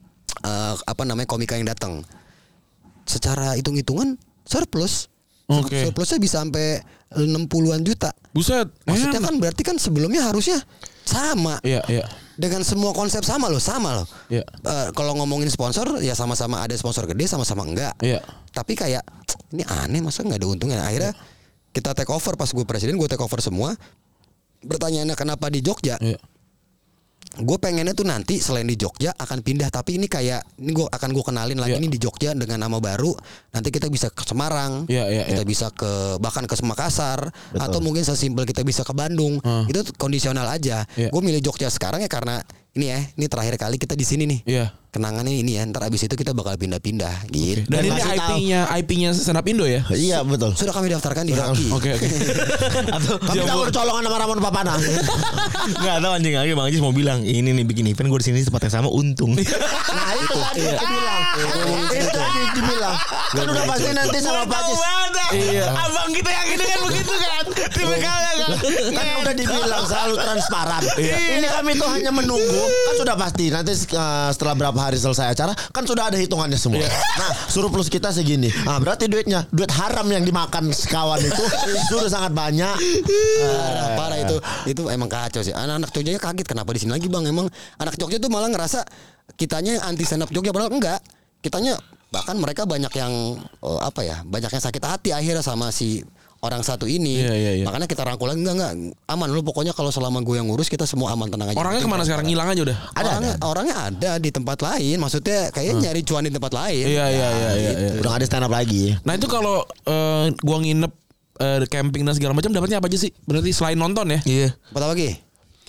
Speaker 4: komika yang datang. Secara hitung-hitungan surplus. Surplusnya bisa sampai 60-an juta.
Speaker 3: Buset.
Speaker 4: Maksudnya kan berarti kan sebelumnya harusnya sama.
Speaker 3: Iya.
Speaker 4: Dengan semua konsep sama loh.
Speaker 3: Iya.
Speaker 4: Kalau ngomongin sponsor ya sama-sama ada sponsor gede sama-sama enggak.
Speaker 3: Iya.
Speaker 4: Tapi kayak ini aneh masa nggak ada untungnya. Akhirnya kita take over pas gue presiden, gue take over semua. Pertanyaannya kenapa di Jogja?
Speaker 3: Iya.
Speaker 4: Gue pengennya tuh nanti selain di Jogja akan pindah, tapi ini gue kenalin lagi ini di Jogja dengan nama baru. Nanti kita bisa ke Semarang, kita bisa bahkan ke Makassar, atau mungkin sesimpel kita bisa ke Bandung. Itu kondisional aja. Gue milih Jogja sekarang ya karena ini terakhir kali kita di sini nih. Kenangannya ini ya. Ntar abis itu kita bakal pindah-pindah gitu.
Speaker 3: Dan ini IP-nya stand up Indo ya?
Speaker 2: Iya betul.
Speaker 4: Sudah kami daftarkan di Haki.
Speaker 3: Oke.
Speaker 2: Kami tahu colongan sama Ramon Papana.
Speaker 5: Enggak tahu anjing lagi Bang Ajis mau bilang ini nih bikin event gue di sini tempat yang sama untung.
Speaker 2: Nah itu dia bilang. Itu dibilang. Kan udah pasti nanti sama Pak Ajis.
Speaker 3: Iya.
Speaker 5: Abang kita yang ini kan begitu kan. Tipikalnya kan.
Speaker 2: Kan udah dibilang selalu transparan. Ini kami tuh hanya menunggu. Kan sudah pasti nanti setelah berapa hari selesai acara kan sudah ada hitungannya semua. Nah surplus kita segini. Nah berarti duit haram yang dimakan sekawan itu sudah sangat banyak.
Speaker 4: Parah itu emang kacau sih. Anak-anak Jogja kaget kenapa di sini lagi Bang. Emang anak Jogja tuh malah ngerasa kitanya anti stand up Jogja padahal enggak. Kitanya bahkan mereka banyak yang banyak yang sakit hati akhirnya sama si orang satu ini. Makanya kita rangkul lagi enggak aman lu pokoknya kalau selama gue yang ngurus kita semua aman tenang aja.
Speaker 3: Orangnya kemana sekarang? Hilang aja udah.
Speaker 4: Orangnya ada di tempat lain. Maksudnya kayaknya nyari cuan di tempat lain.
Speaker 3: Iya.
Speaker 2: Udah gak ada stand up lagi.
Speaker 3: Nah itu kalau gua nginep camping dan segala macam dapatnya apa aja sih? Berarti selain nonton ya?
Speaker 5: Iya.
Speaker 4: Apa lagi?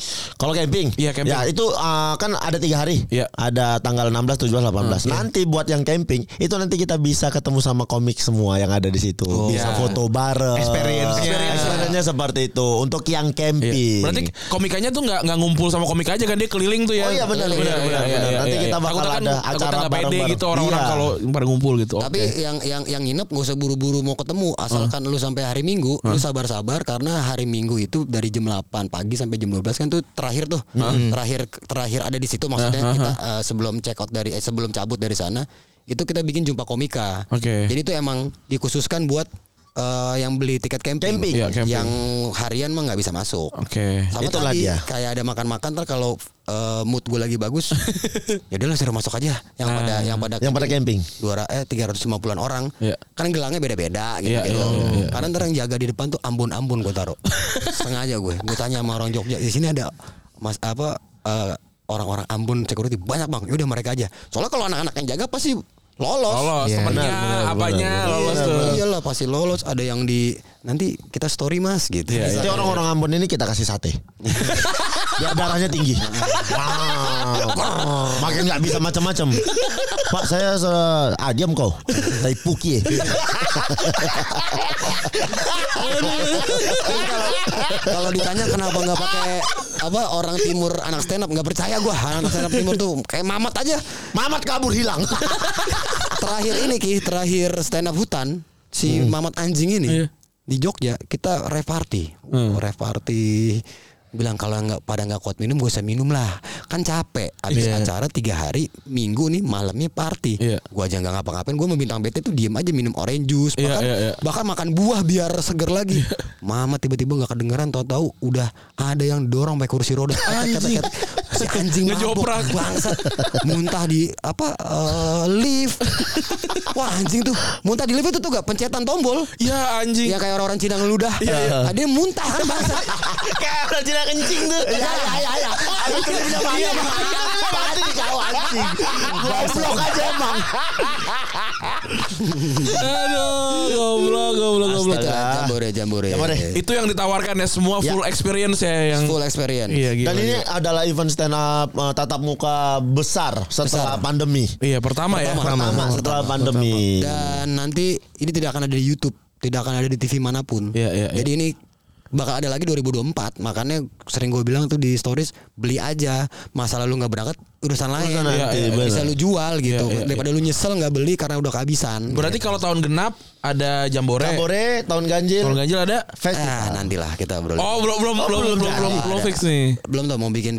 Speaker 2: Kalau camping,
Speaker 3: Iya, camping.
Speaker 2: ya itu kan ada 3 hari.
Speaker 3: Iya.
Speaker 2: Ada tanggal 16, 17, 18. Nanti buat yang camping itu nanti kita bisa ketemu sama komik semua yang ada di situ. Bisa
Speaker 3: Iya.
Speaker 2: foto bareng. Experience-nya seperti itu untuk yang camping.
Speaker 3: Berarti komikanya tuh nggak ngumpul sama komik aja kan, dia keliling tuh ya.
Speaker 2: Oh iya, benar. Nanti kita bakal ada acara
Speaker 3: nggak pede
Speaker 2: bareng-bareng.
Speaker 3: gitu orang-orang
Speaker 2: Iya.
Speaker 3: kalau pada ngumpul gitu.
Speaker 4: Tapi yang nginep gak usah buru-buru mau ketemu, asalkan lu sampai hari Minggu, lu sabar-sabar karena hari Minggu itu dari jam 8 pagi sampai jam 12 kan tuh terakhir tuh. Terakhir ada di situ maksudnya kita sebelum check out sebelum cabut dari sana itu kita bikin jumpa komika.
Speaker 3: Oke.
Speaker 4: Jadi itu emang dikhususkan buat yang beli tiket camping.
Speaker 3: Iya, camping.
Speaker 4: Yang harian mah nggak bisa masuk.
Speaker 3: Oke.
Speaker 4: Sama
Speaker 2: Itulah
Speaker 4: tadi
Speaker 2: dia.
Speaker 4: kayak ada makan-makan ntar kalau mood gue lagi bagus, ya udah lah suruh masuk aja yang pada
Speaker 2: camping.
Speaker 4: 350-an orang.
Speaker 3: Iya.
Speaker 4: Kan gelangnya beda-beda gitu.
Speaker 3: Iya, iya.
Speaker 4: Karena ntar yang jaga di depan tuh ambon-ambon gue taruh. Sengaja gue tanya sama orang Jogja, di sini ada orang-orang Ambon security banyak bang. Yaudah mereka aja. Soalnya kalau anak-anak yang jaga pasti lolos.
Speaker 3: Iya, temennya apanya lolos tuh.
Speaker 4: Iyalah pasti lolos. Ada yang di nanti kita story mas gitu.
Speaker 2: Jadi orang-orang Ambon ini kita kasih sate. Biar darahnya tinggi. Makin nggak bisa macam-macam. Pak saya diam kau. Dari Puki.
Speaker 4: Kalau ditanya kenapa nggak pakai orang timur anak stand up, nggak percaya gue. Anak stand up timur tuh kayak Mamat aja.
Speaker 2: Mamat kabur hilang.
Speaker 4: Terakhir stand up hutan si Mamat anjing ini di Jogja kita rave party. Bilang kalau nggak kuat minum gue usah minum lah, kan capek abis acara 3 hari Minggu nih malamnya party. Gue aja nggak ngapa-ngapain, gue mau bintang BT tuh diem aja minum orange juice, bahkan makan buah biar seger lagi. Mama tiba-tiba nggak kedengeran, tahu-tahu udah ada yang dorong pakai kursi roda. Si anjing mabok bangsat, muntah di lift. Wah anjing tuh muntah di lift itu tuh gak pencetan tombol.
Speaker 3: Ya anjing.
Speaker 4: Ya kayak orang-orang Cina ngeludah. Dia muntah kan bangsat.
Speaker 5: Kayak orang Cina kencing tuh.
Speaker 2: Ya. Ada klipnya banyak. Pasti kau anjing. Goblok aja emang.
Speaker 3: Aduh, goblok.
Speaker 4: Jambore.
Speaker 3: Itu yang ditawarkan ya semua full experience ya yang
Speaker 4: Full experience.
Speaker 3: Iya, gila.
Speaker 2: Dan ini adalah event stand up tatap muka besar setelah pandemi.
Speaker 3: Iya, pertama
Speaker 2: Setelah pandemi.
Speaker 4: Dan nanti ini tidak akan ada di YouTube, tidak akan ada di TV manapun.
Speaker 3: Iya.
Speaker 4: Jadi ini bakal ada lagi 2024. Makanya sering gue bilang tuh di stories, beli aja. Masa lalu nggak berangkat urusan lain. Bisa lu jual gitu. Daripada lu nyesel nggak beli karena udah kehabisan.
Speaker 3: Berarti kalau tahun genap ada Jambore.
Speaker 2: Tahun ganjil.
Speaker 3: Tahun ganjil ada
Speaker 2: Festival.
Speaker 4: Nantilah kita bro.
Speaker 3: Oh, belum fix nih.
Speaker 4: Belum tau mau bikin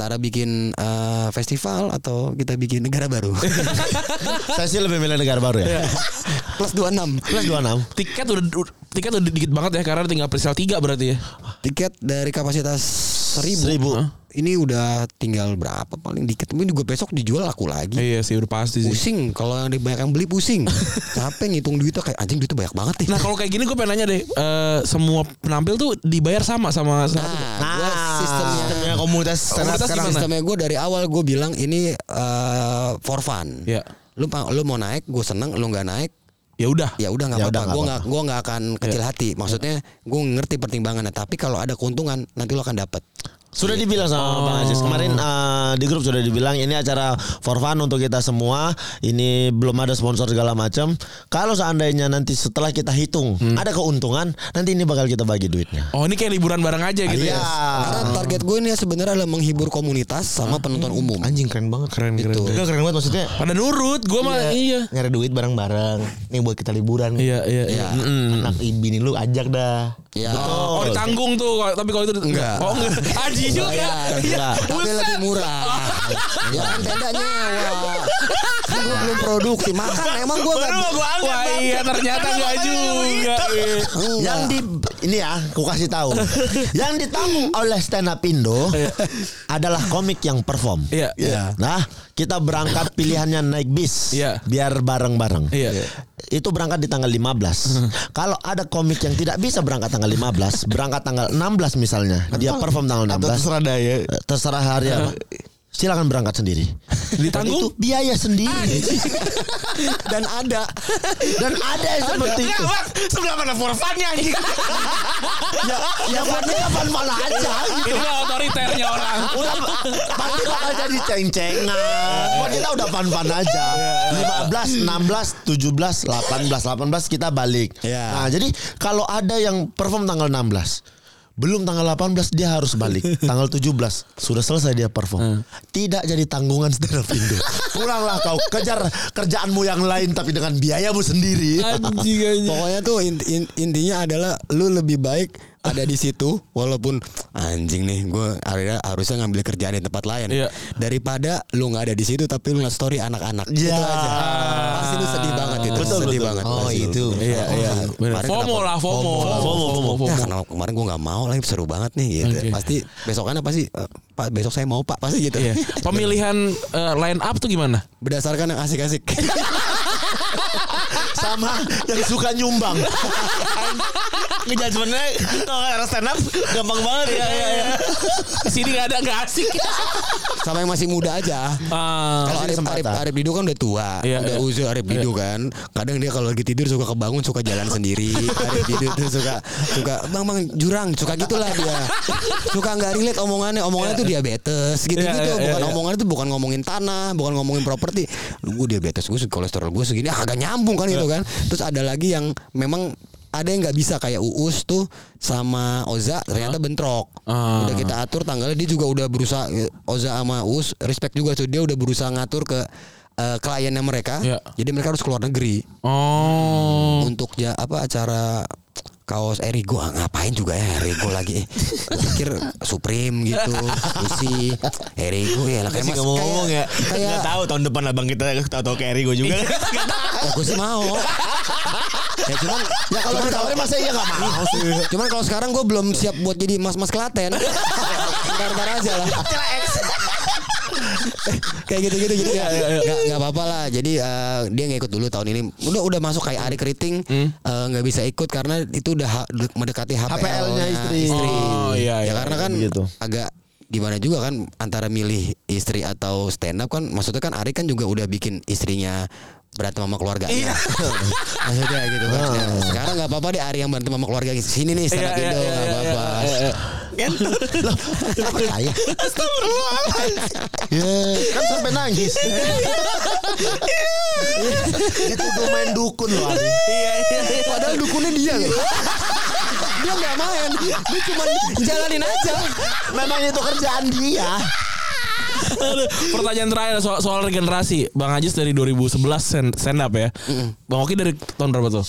Speaker 4: festival atau kita bikin negara baru.
Speaker 2: Saya sih lebih milih negara baru ya.
Speaker 4: Plus 26.
Speaker 3: Tiket udah dikit banget ya karena tinggal presale 3 berarti ya.
Speaker 4: Tiket dari kapasitas 1.000. Ini udah tinggal berapa paling dikit. Mungkin juga besok dijual laku lagi.
Speaker 3: Iya sih udah pasti sih.
Speaker 4: Pusing kalau yang banyak yang beli pusing. Capek ngitung duitnya kayak anjing duitnya banyak banget nih.
Speaker 3: Nah kalau kayak gini gue pengen nanya deh, semua penampil tuh dibayar sama
Speaker 4: gua sistemnya
Speaker 5: komunitas
Speaker 3: gimana?
Speaker 4: Sistemnya gue dari awal gue bilang ini for fun.
Speaker 3: Iya.
Speaker 4: Lu mau naik, gue seneng. Lu nggak naik,
Speaker 3: ya udah
Speaker 4: nggak apa-apa. Gue nggak akan kecil hati. Maksudnya gue ngerti pertimbangannya. Tapi kalau ada keuntungan nanti lu akan dapat.
Speaker 2: Sudah dibilang sama Bang Aziz kemarin di grup sudah dibilang ini acara for fun untuk kita semua. Ini belum ada sponsor segala macam. Kalau seandainya nanti setelah kita hitung ada keuntungan, nanti ini bakal kita bagi duitnya.
Speaker 3: Oh ini kayak liburan bareng aja gitu ya.
Speaker 4: Karena target gue ini sebenarnya adalah menghibur komunitas sama penonton umum.
Speaker 5: Anjing keren banget.
Speaker 3: Keren.
Speaker 5: Enggak keren banget maksudnya.
Speaker 3: Pada nurut, gue mah iya.
Speaker 5: Nyari duit bareng-bareng. Nih buat kita liburan.
Speaker 3: Iya.
Speaker 5: Anak bini lu ajak dah.
Speaker 4: Ya.
Speaker 3: Oh ditanggung tuh, tapi kalau itu
Speaker 4: enggak.
Speaker 3: Oh enggak. Haji juga.
Speaker 2: Enggak.
Speaker 4: Tapi lebih murah. Ya kan tenda nyewa. Kan gue belum produksi. Makan emang gue gak.
Speaker 3: Wah iya ternyata enggak juga.
Speaker 2: Yang ini ya, aku kasih tahu. Yang ditanggung oleh Stand Up Indo adalah komik yang perform.
Speaker 3: Iya.
Speaker 2: Nah, kita berangkat pilihannya naik bis.
Speaker 3: Iya.
Speaker 2: Biar bareng-bareng.
Speaker 3: Iya.
Speaker 2: Itu berangkat di tanggal 15. Kalau ada komik yang tidak bisa berangkat tanggal 15, berangkat tanggal 16 misalnya. Dia perform tanggal 16.
Speaker 5: Atau terserah daya.
Speaker 2: Terserah hari apa. silakan berangkat sendiri.
Speaker 3: Ditanggung?
Speaker 2: Dan itu biaya sendiri.
Speaker 4: Dan ada
Speaker 2: yang seperti itu.
Speaker 5: Sebelah mana for fun-nya anjing?
Speaker 2: Ya buatnya kapan-mana aja gitu.
Speaker 3: Ini otoriternya orang.
Speaker 2: Udah pasti bakal jadi ceng-cengan. Buat kita udah fun-fun aja. 15, 16, 17, 18 kita balik.
Speaker 4: Ya.
Speaker 2: Nah, jadi kalau ada yang perform tanggal 16, belum tanggal 18 dia harus balik. Tanggal 17 sudah selesai dia perform. Tidak jadi tanggungan stand up Indo. Pulanglah kau kejar kerjaanmu yang lain tapi dengan biayamu sendiri.
Speaker 3: Anjing.
Speaker 4: Pokoknya tuh intinya adalah lu lebih baik ada di situ walaupun anjing nih gue harusnya ngambil kerjaan di tempat lain daripada lu nggak ada di situ tapi lu nge-story anak-anak itu aja pasti lu sedih banget itu sedih banget.
Speaker 5: Oh itu
Speaker 4: iya
Speaker 3: FOMO lah FOMO.
Speaker 4: Ya karena kemarin gue nggak mau lah seru banget nih gitu. Pasti besokannya pasti Pak besok saya mau Pak pasti gitu.
Speaker 3: Pemilihan line up tuh gimana?
Speaker 4: Berdasarkan yang asik-asik.
Speaker 2: Sama yang suka nyumbang.
Speaker 5: ngejudgementnya kalau orang stand up gampang banget ya.
Speaker 3: Sini nggak asik.
Speaker 4: Sama yang masih muda aja. Kalau Arif Dido kan udah tua, udah usia Arif Dido kan. Kadang dia kalau lagi tidur suka kebangun, suka jalan sendiri. Arif Dido tuh suka bang jurang, suka gitulah dia. Suka nggak relate omongannya tuh diabetes gitu-gitu. Bukan omongannya tuh bukan ngomongin tanah, bukan ngomongin properti. Gue diabetes, gue kolesterol gue segini, agak nyambung kan gitu kan. Terus ada lagi yang memang ada yang nggak bisa kayak Uus tuh sama Oza ternyata bentrok. Udah kita atur tanggalnya, dia juga udah berusaha. Oza sama Uus respect juga tuh, dia udah berusaha ngatur ke kliennya mereka. Jadi mereka harus keluar negeri. Untuk acara kaos Erigo ngapain juga ya Erigo lagi pikir Supreme gitu Lucy Erigo ya lah kayak mas
Speaker 5: ngomong ya kayak tahu tahun depan abang kita tahu kayak Erigo juga.
Speaker 4: Aku sih mau ya cuman
Speaker 2: ya kalau ditawarin masa iya nggak mau sih.
Speaker 4: Cuman kalau sekarang gue belum siap buat jadi mas Klaten. Ntar aja lah. Kayak gitu jadi nggak apa-apa lah. Jadi dia nggak ikut dulu tahun ini. Udah masuk kayak Ari Keriting nggak bisa ikut karena itu udah mendekati HPL-nya istri. Ya karena kan agak gimana juga kan antara milih istri atau stand up kan, maksudnya kan Ari kan juga udah bikin istrinya berantem sama keluarganya. Maksudnya gitu kan. Sekarang nggak apa-apa deh Ari yang berantem sama keluarga sini nih stand up Indo nggak apa-apa.
Speaker 2: Loh, percaya? Kan sampai nangis. Dituduh main dukun loh Ari.
Speaker 4: Padahal dukunnya dia loh. Dia nggak main, dia cuma jalanin aja.
Speaker 2: Memang itu kerjaan dia.
Speaker 3: Pertanyaan terakhir soal regenerasi. Bang Ajis dari 2011 stand up ya. Bang Oki dari tahun berapa tuh?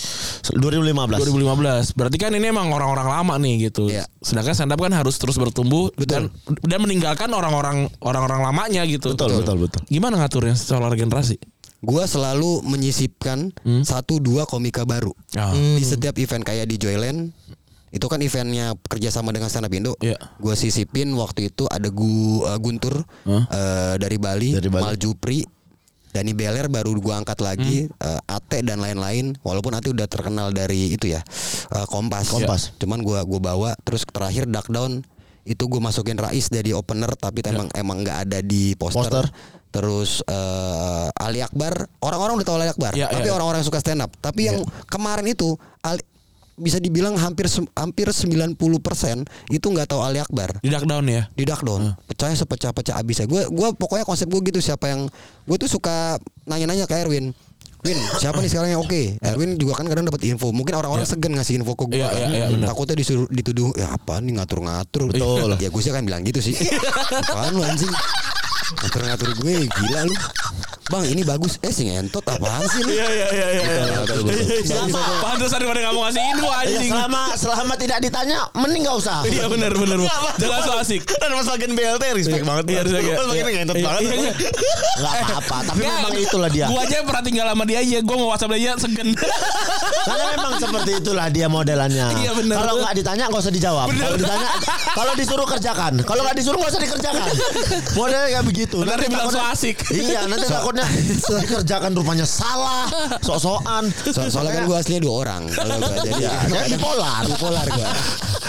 Speaker 2: 2015.
Speaker 3: Berarti kan ini emang orang-orang lama nih gitu. Sedangkan stand up kan harus terus bertumbuh dan meninggalkan orang-orang lamanya gitu.
Speaker 2: Betul.
Speaker 3: Gimana ngaturnya soal regenerasi?
Speaker 4: Gua selalu menyisipkan 1-2 komika baru di setiap event kayak di Joyland. Itu kan eventnya kerjasama dengan Stand Up Indo. Gue sisipin waktu itu ada Guntur dari Bali. Mal Jupri, Dani Beler baru gue angkat lagi, Ate dan lain-lain. Walaupun Ate udah terkenal dari itu ya Kompas. Cuman gue bawa. Terus terakhir Duck Down itu gue masukin Rais dari opener, tapi emang nggak ada di poster. Terus Ali Akbar, orang-orang udah tahu Ali Akbar, tapi orang-orang yang suka stand up. Tapi yang kemarin itu bisa dibilang hampir 90% itu nggak tahu Ali Akbar.
Speaker 3: Di Duck Down ya?
Speaker 4: Di Duck Down. Pecahnya sepecah-pecah abisnya. Gue pokoknya konsep gue gitu, siapa yang gue tuh suka nanya-nanya ke Erwin. Win, siapa nih sekarang yang oke? Erwin juga kan kadang dapat info. Mungkin orang-orang segan ngasih info ke gue. Takutnya dituduh ya apa nih ngatur-ngatur.
Speaker 2: Betul.
Speaker 4: Ya gue sih kan bilang gitu sih. Apaan lu anjing? Ngatur-ngatur gue gila lu. Bang ini bagus. Sih ngentot apaan sih lu?
Speaker 3: Iya. Pantesan daripada kamu ngasih info anjing.
Speaker 2: Selama tidak ditanya mending enggak usah.
Speaker 3: Iya benar. Jangan so asik.
Speaker 5: Dan Mas bagian BLT respect banget.
Speaker 3: Iya,
Speaker 5: Mas bagian ngentot banget.
Speaker 2: Enggak apa-apa, tapi memang itulah dia.
Speaker 3: Gua aja pernah tinggal sama dia aja, gua mau WhatsApp dia segen.
Speaker 2: Karena memang seperti itulah dia modelannya.
Speaker 3: Iya benar.
Speaker 2: Kalau enggak ditanya enggak usah dijawab. Kalau ditanya, kalau disuruh kerjakan. Kalau enggak disuruh enggak usah dikerjakan. Modelnya kayak begitu.
Speaker 3: Nanti bilang so asik.
Speaker 2: Iya, nanti takutnya dikerjakan rupanya salah, sok-sokan.
Speaker 4: Soalnya kan gue aslinya 2 orang. Kalau gue jadi
Speaker 2: bipolar
Speaker 4: gue.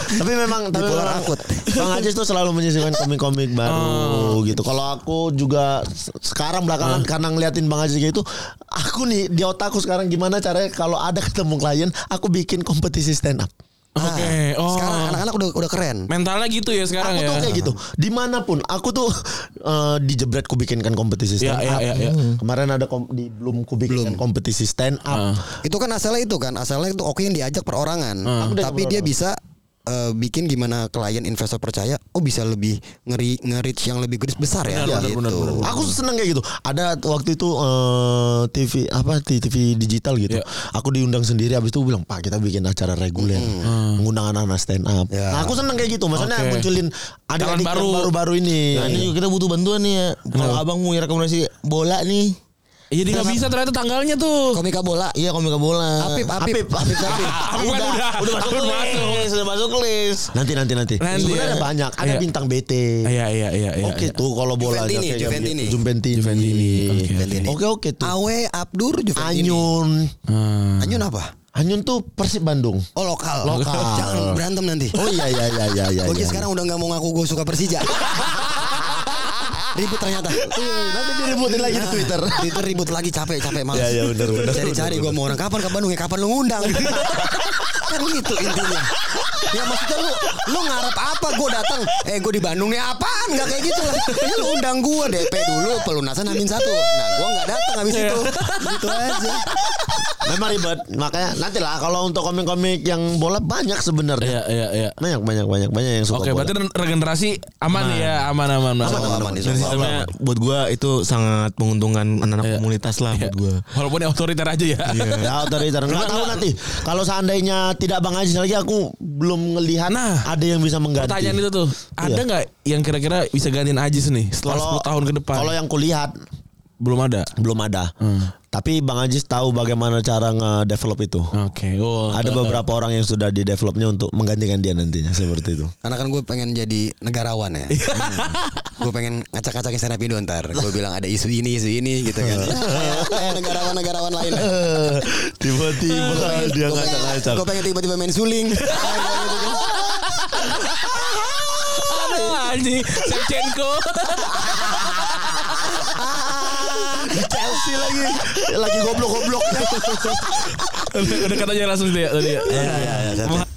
Speaker 2: Tapi memang Bang Ajis tuh selalu menyisipkan komik-komik baru gitu. Kalau aku juga sekarang belakangan karena ngeliatin Bang Ajis gitu, aku nih di otakku sekarang gimana caranya kalau ada ketemu klien, aku bikin kompetisi stand up.
Speaker 3: Oke.
Speaker 4: Sekarang anak-anak udah keren.
Speaker 3: Mentalnya gitu ya sekarang
Speaker 2: Aku
Speaker 3: ya.
Speaker 2: tuh kayak gitu. Dimanapun aku tuh dijebret ku bikinkan kompetisi stand up.
Speaker 3: Iya.
Speaker 2: Kemarin ada di Bloom ku bikinkan kompetisi stand up.
Speaker 4: Itu kan asalnya itu Oki yang diajak perorangan. Tapi dia bisa bikin gimana klien investor percaya, bisa lebih nge-reach yang lebih besar ya.
Speaker 3: Benar,
Speaker 4: gitu.
Speaker 3: benar.
Speaker 2: Aku seneng kayak gitu. Ada waktu itu TV digital gitu.
Speaker 3: Yeah.
Speaker 2: Aku diundang sendiri, habis itu bilang, "Pak, kita bikin acara reguler, mengundang anak-anak stand up."
Speaker 4: Yeah.
Speaker 2: Nah, aku seneng kayak gitu. Maksudnya
Speaker 3: Oke.
Speaker 2: munculin adik-adik
Speaker 3: Talent
Speaker 2: yang baru-baru ini.
Speaker 5: Nah, ini kita butuh bantuan nih ya. Kalau abang punya rekomendasi bola nih.
Speaker 3: Jadi nggak bisa ternyata tanggalnya tuh.
Speaker 4: Komika bola.
Speaker 5: Iya, komika bola.
Speaker 4: Apip.
Speaker 5: Udah masuk list.
Speaker 2: Nanti.
Speaker 3: Nanti
Speaker 2: Sebenarnya
Speaker 3: ya.
Speaker 2: ada banyak. Ada
Speaker 3: Iya.
Speaker 2: bintang BT.
Speaker 3: Iya.
Speaker 2: Oke tuh kalau bolanya kayak
Speaker 4: Juventini.
Speaker 2: Juventini. Oke tuh.
Speaker 4: Awe Abdur Juventini. Anyun apa?
Speaker 2: Anyun tuh Persib Bandung.
Speaker 4: Oh lokal.
Speaker 2: Lokal.
Speaker 4: Jangan berantem nanti.
Speaker 2: Oh iya.
Speaker 4: Gue sekarang udah nggak mau ngaku gue suka Persija. Ribut ternyata.
Speaker 2: Nanti diributin lagi di Twitter.
Speaker 4: Twitter ribut lagi, capek malas.
Speaker 2: Iya, benar.
Speaker 4: Cari-cari gue mau orang kapan ke Bandung ya, kapan lu ngundang. Kan gitu intinya. Ya maksudnya lu ngarep apa gue datang? Gue di Bandung nih apaan? Enggak kayak gitu lah. Ya lu undang gue DP dulu pelunasan Amin 1. Nah, gue enggak datang habis itu. Gitu aja.
Speaker 2: Memang ribet. Makanya nantilah kalau untuk komik-komik yang bola banyak sebenarnya.
Speaker 3: Iya.
Speaker 2: Banyak yang suka
Speaker 3: Oke,
Speaker 2: bola.
Speaker 3: berarti regenerasi aman ya, aman.
Speaker 4: Aman,
Speaker 5: Dan sistemnya buat gua itu sangat menguntungkan anak-anak komunitas lah buat gua.
Speaker 3: Walaupun yang otoriter aja ya.
Speaker 2: Ya otoriter. Nggak tahu nanti. Kalau seandainya tidak Bang Ajis lagi, aku belum ngelihat ada yang bisa mengganti.
Speaker 3: Pertanyaan itu tuh, ada nggak yang kira-kira bisa gantiin Ajis nih setelah 10 tahun ke depan?
Speaker 2: Kalau yang kulihat
Speaker 3: belum ada.
Speaker 2: Tapi Bang Ajis tahu bagaimana cara nge-develop itu.
Speaker 3: Oke.
Speaker 2: Ada beberapa orang yang sudah di-developnya untuk menggantikan dia nantinya seperti itu.
Speaker 4: Karena kan gue pengen jadi negarawan ya. Gue pengen ngacak-ngacakin stand up Indo ntar. Gue bilang ada isu ini gitu kan. Kayak negarawan lain.
Speaker 2: Tiba-tiba dia ngacak-ngacak.
Speaker 4: Gue pengen tiba-tiba main suling.
Speaker 3: Aduh anjing, Shevchenko.
Speaker 2: Chelsea lagi goblok-gobloknya.
Speaker 3: Udah katanya langsung dia tadi ya.
Speaker 2: Iya.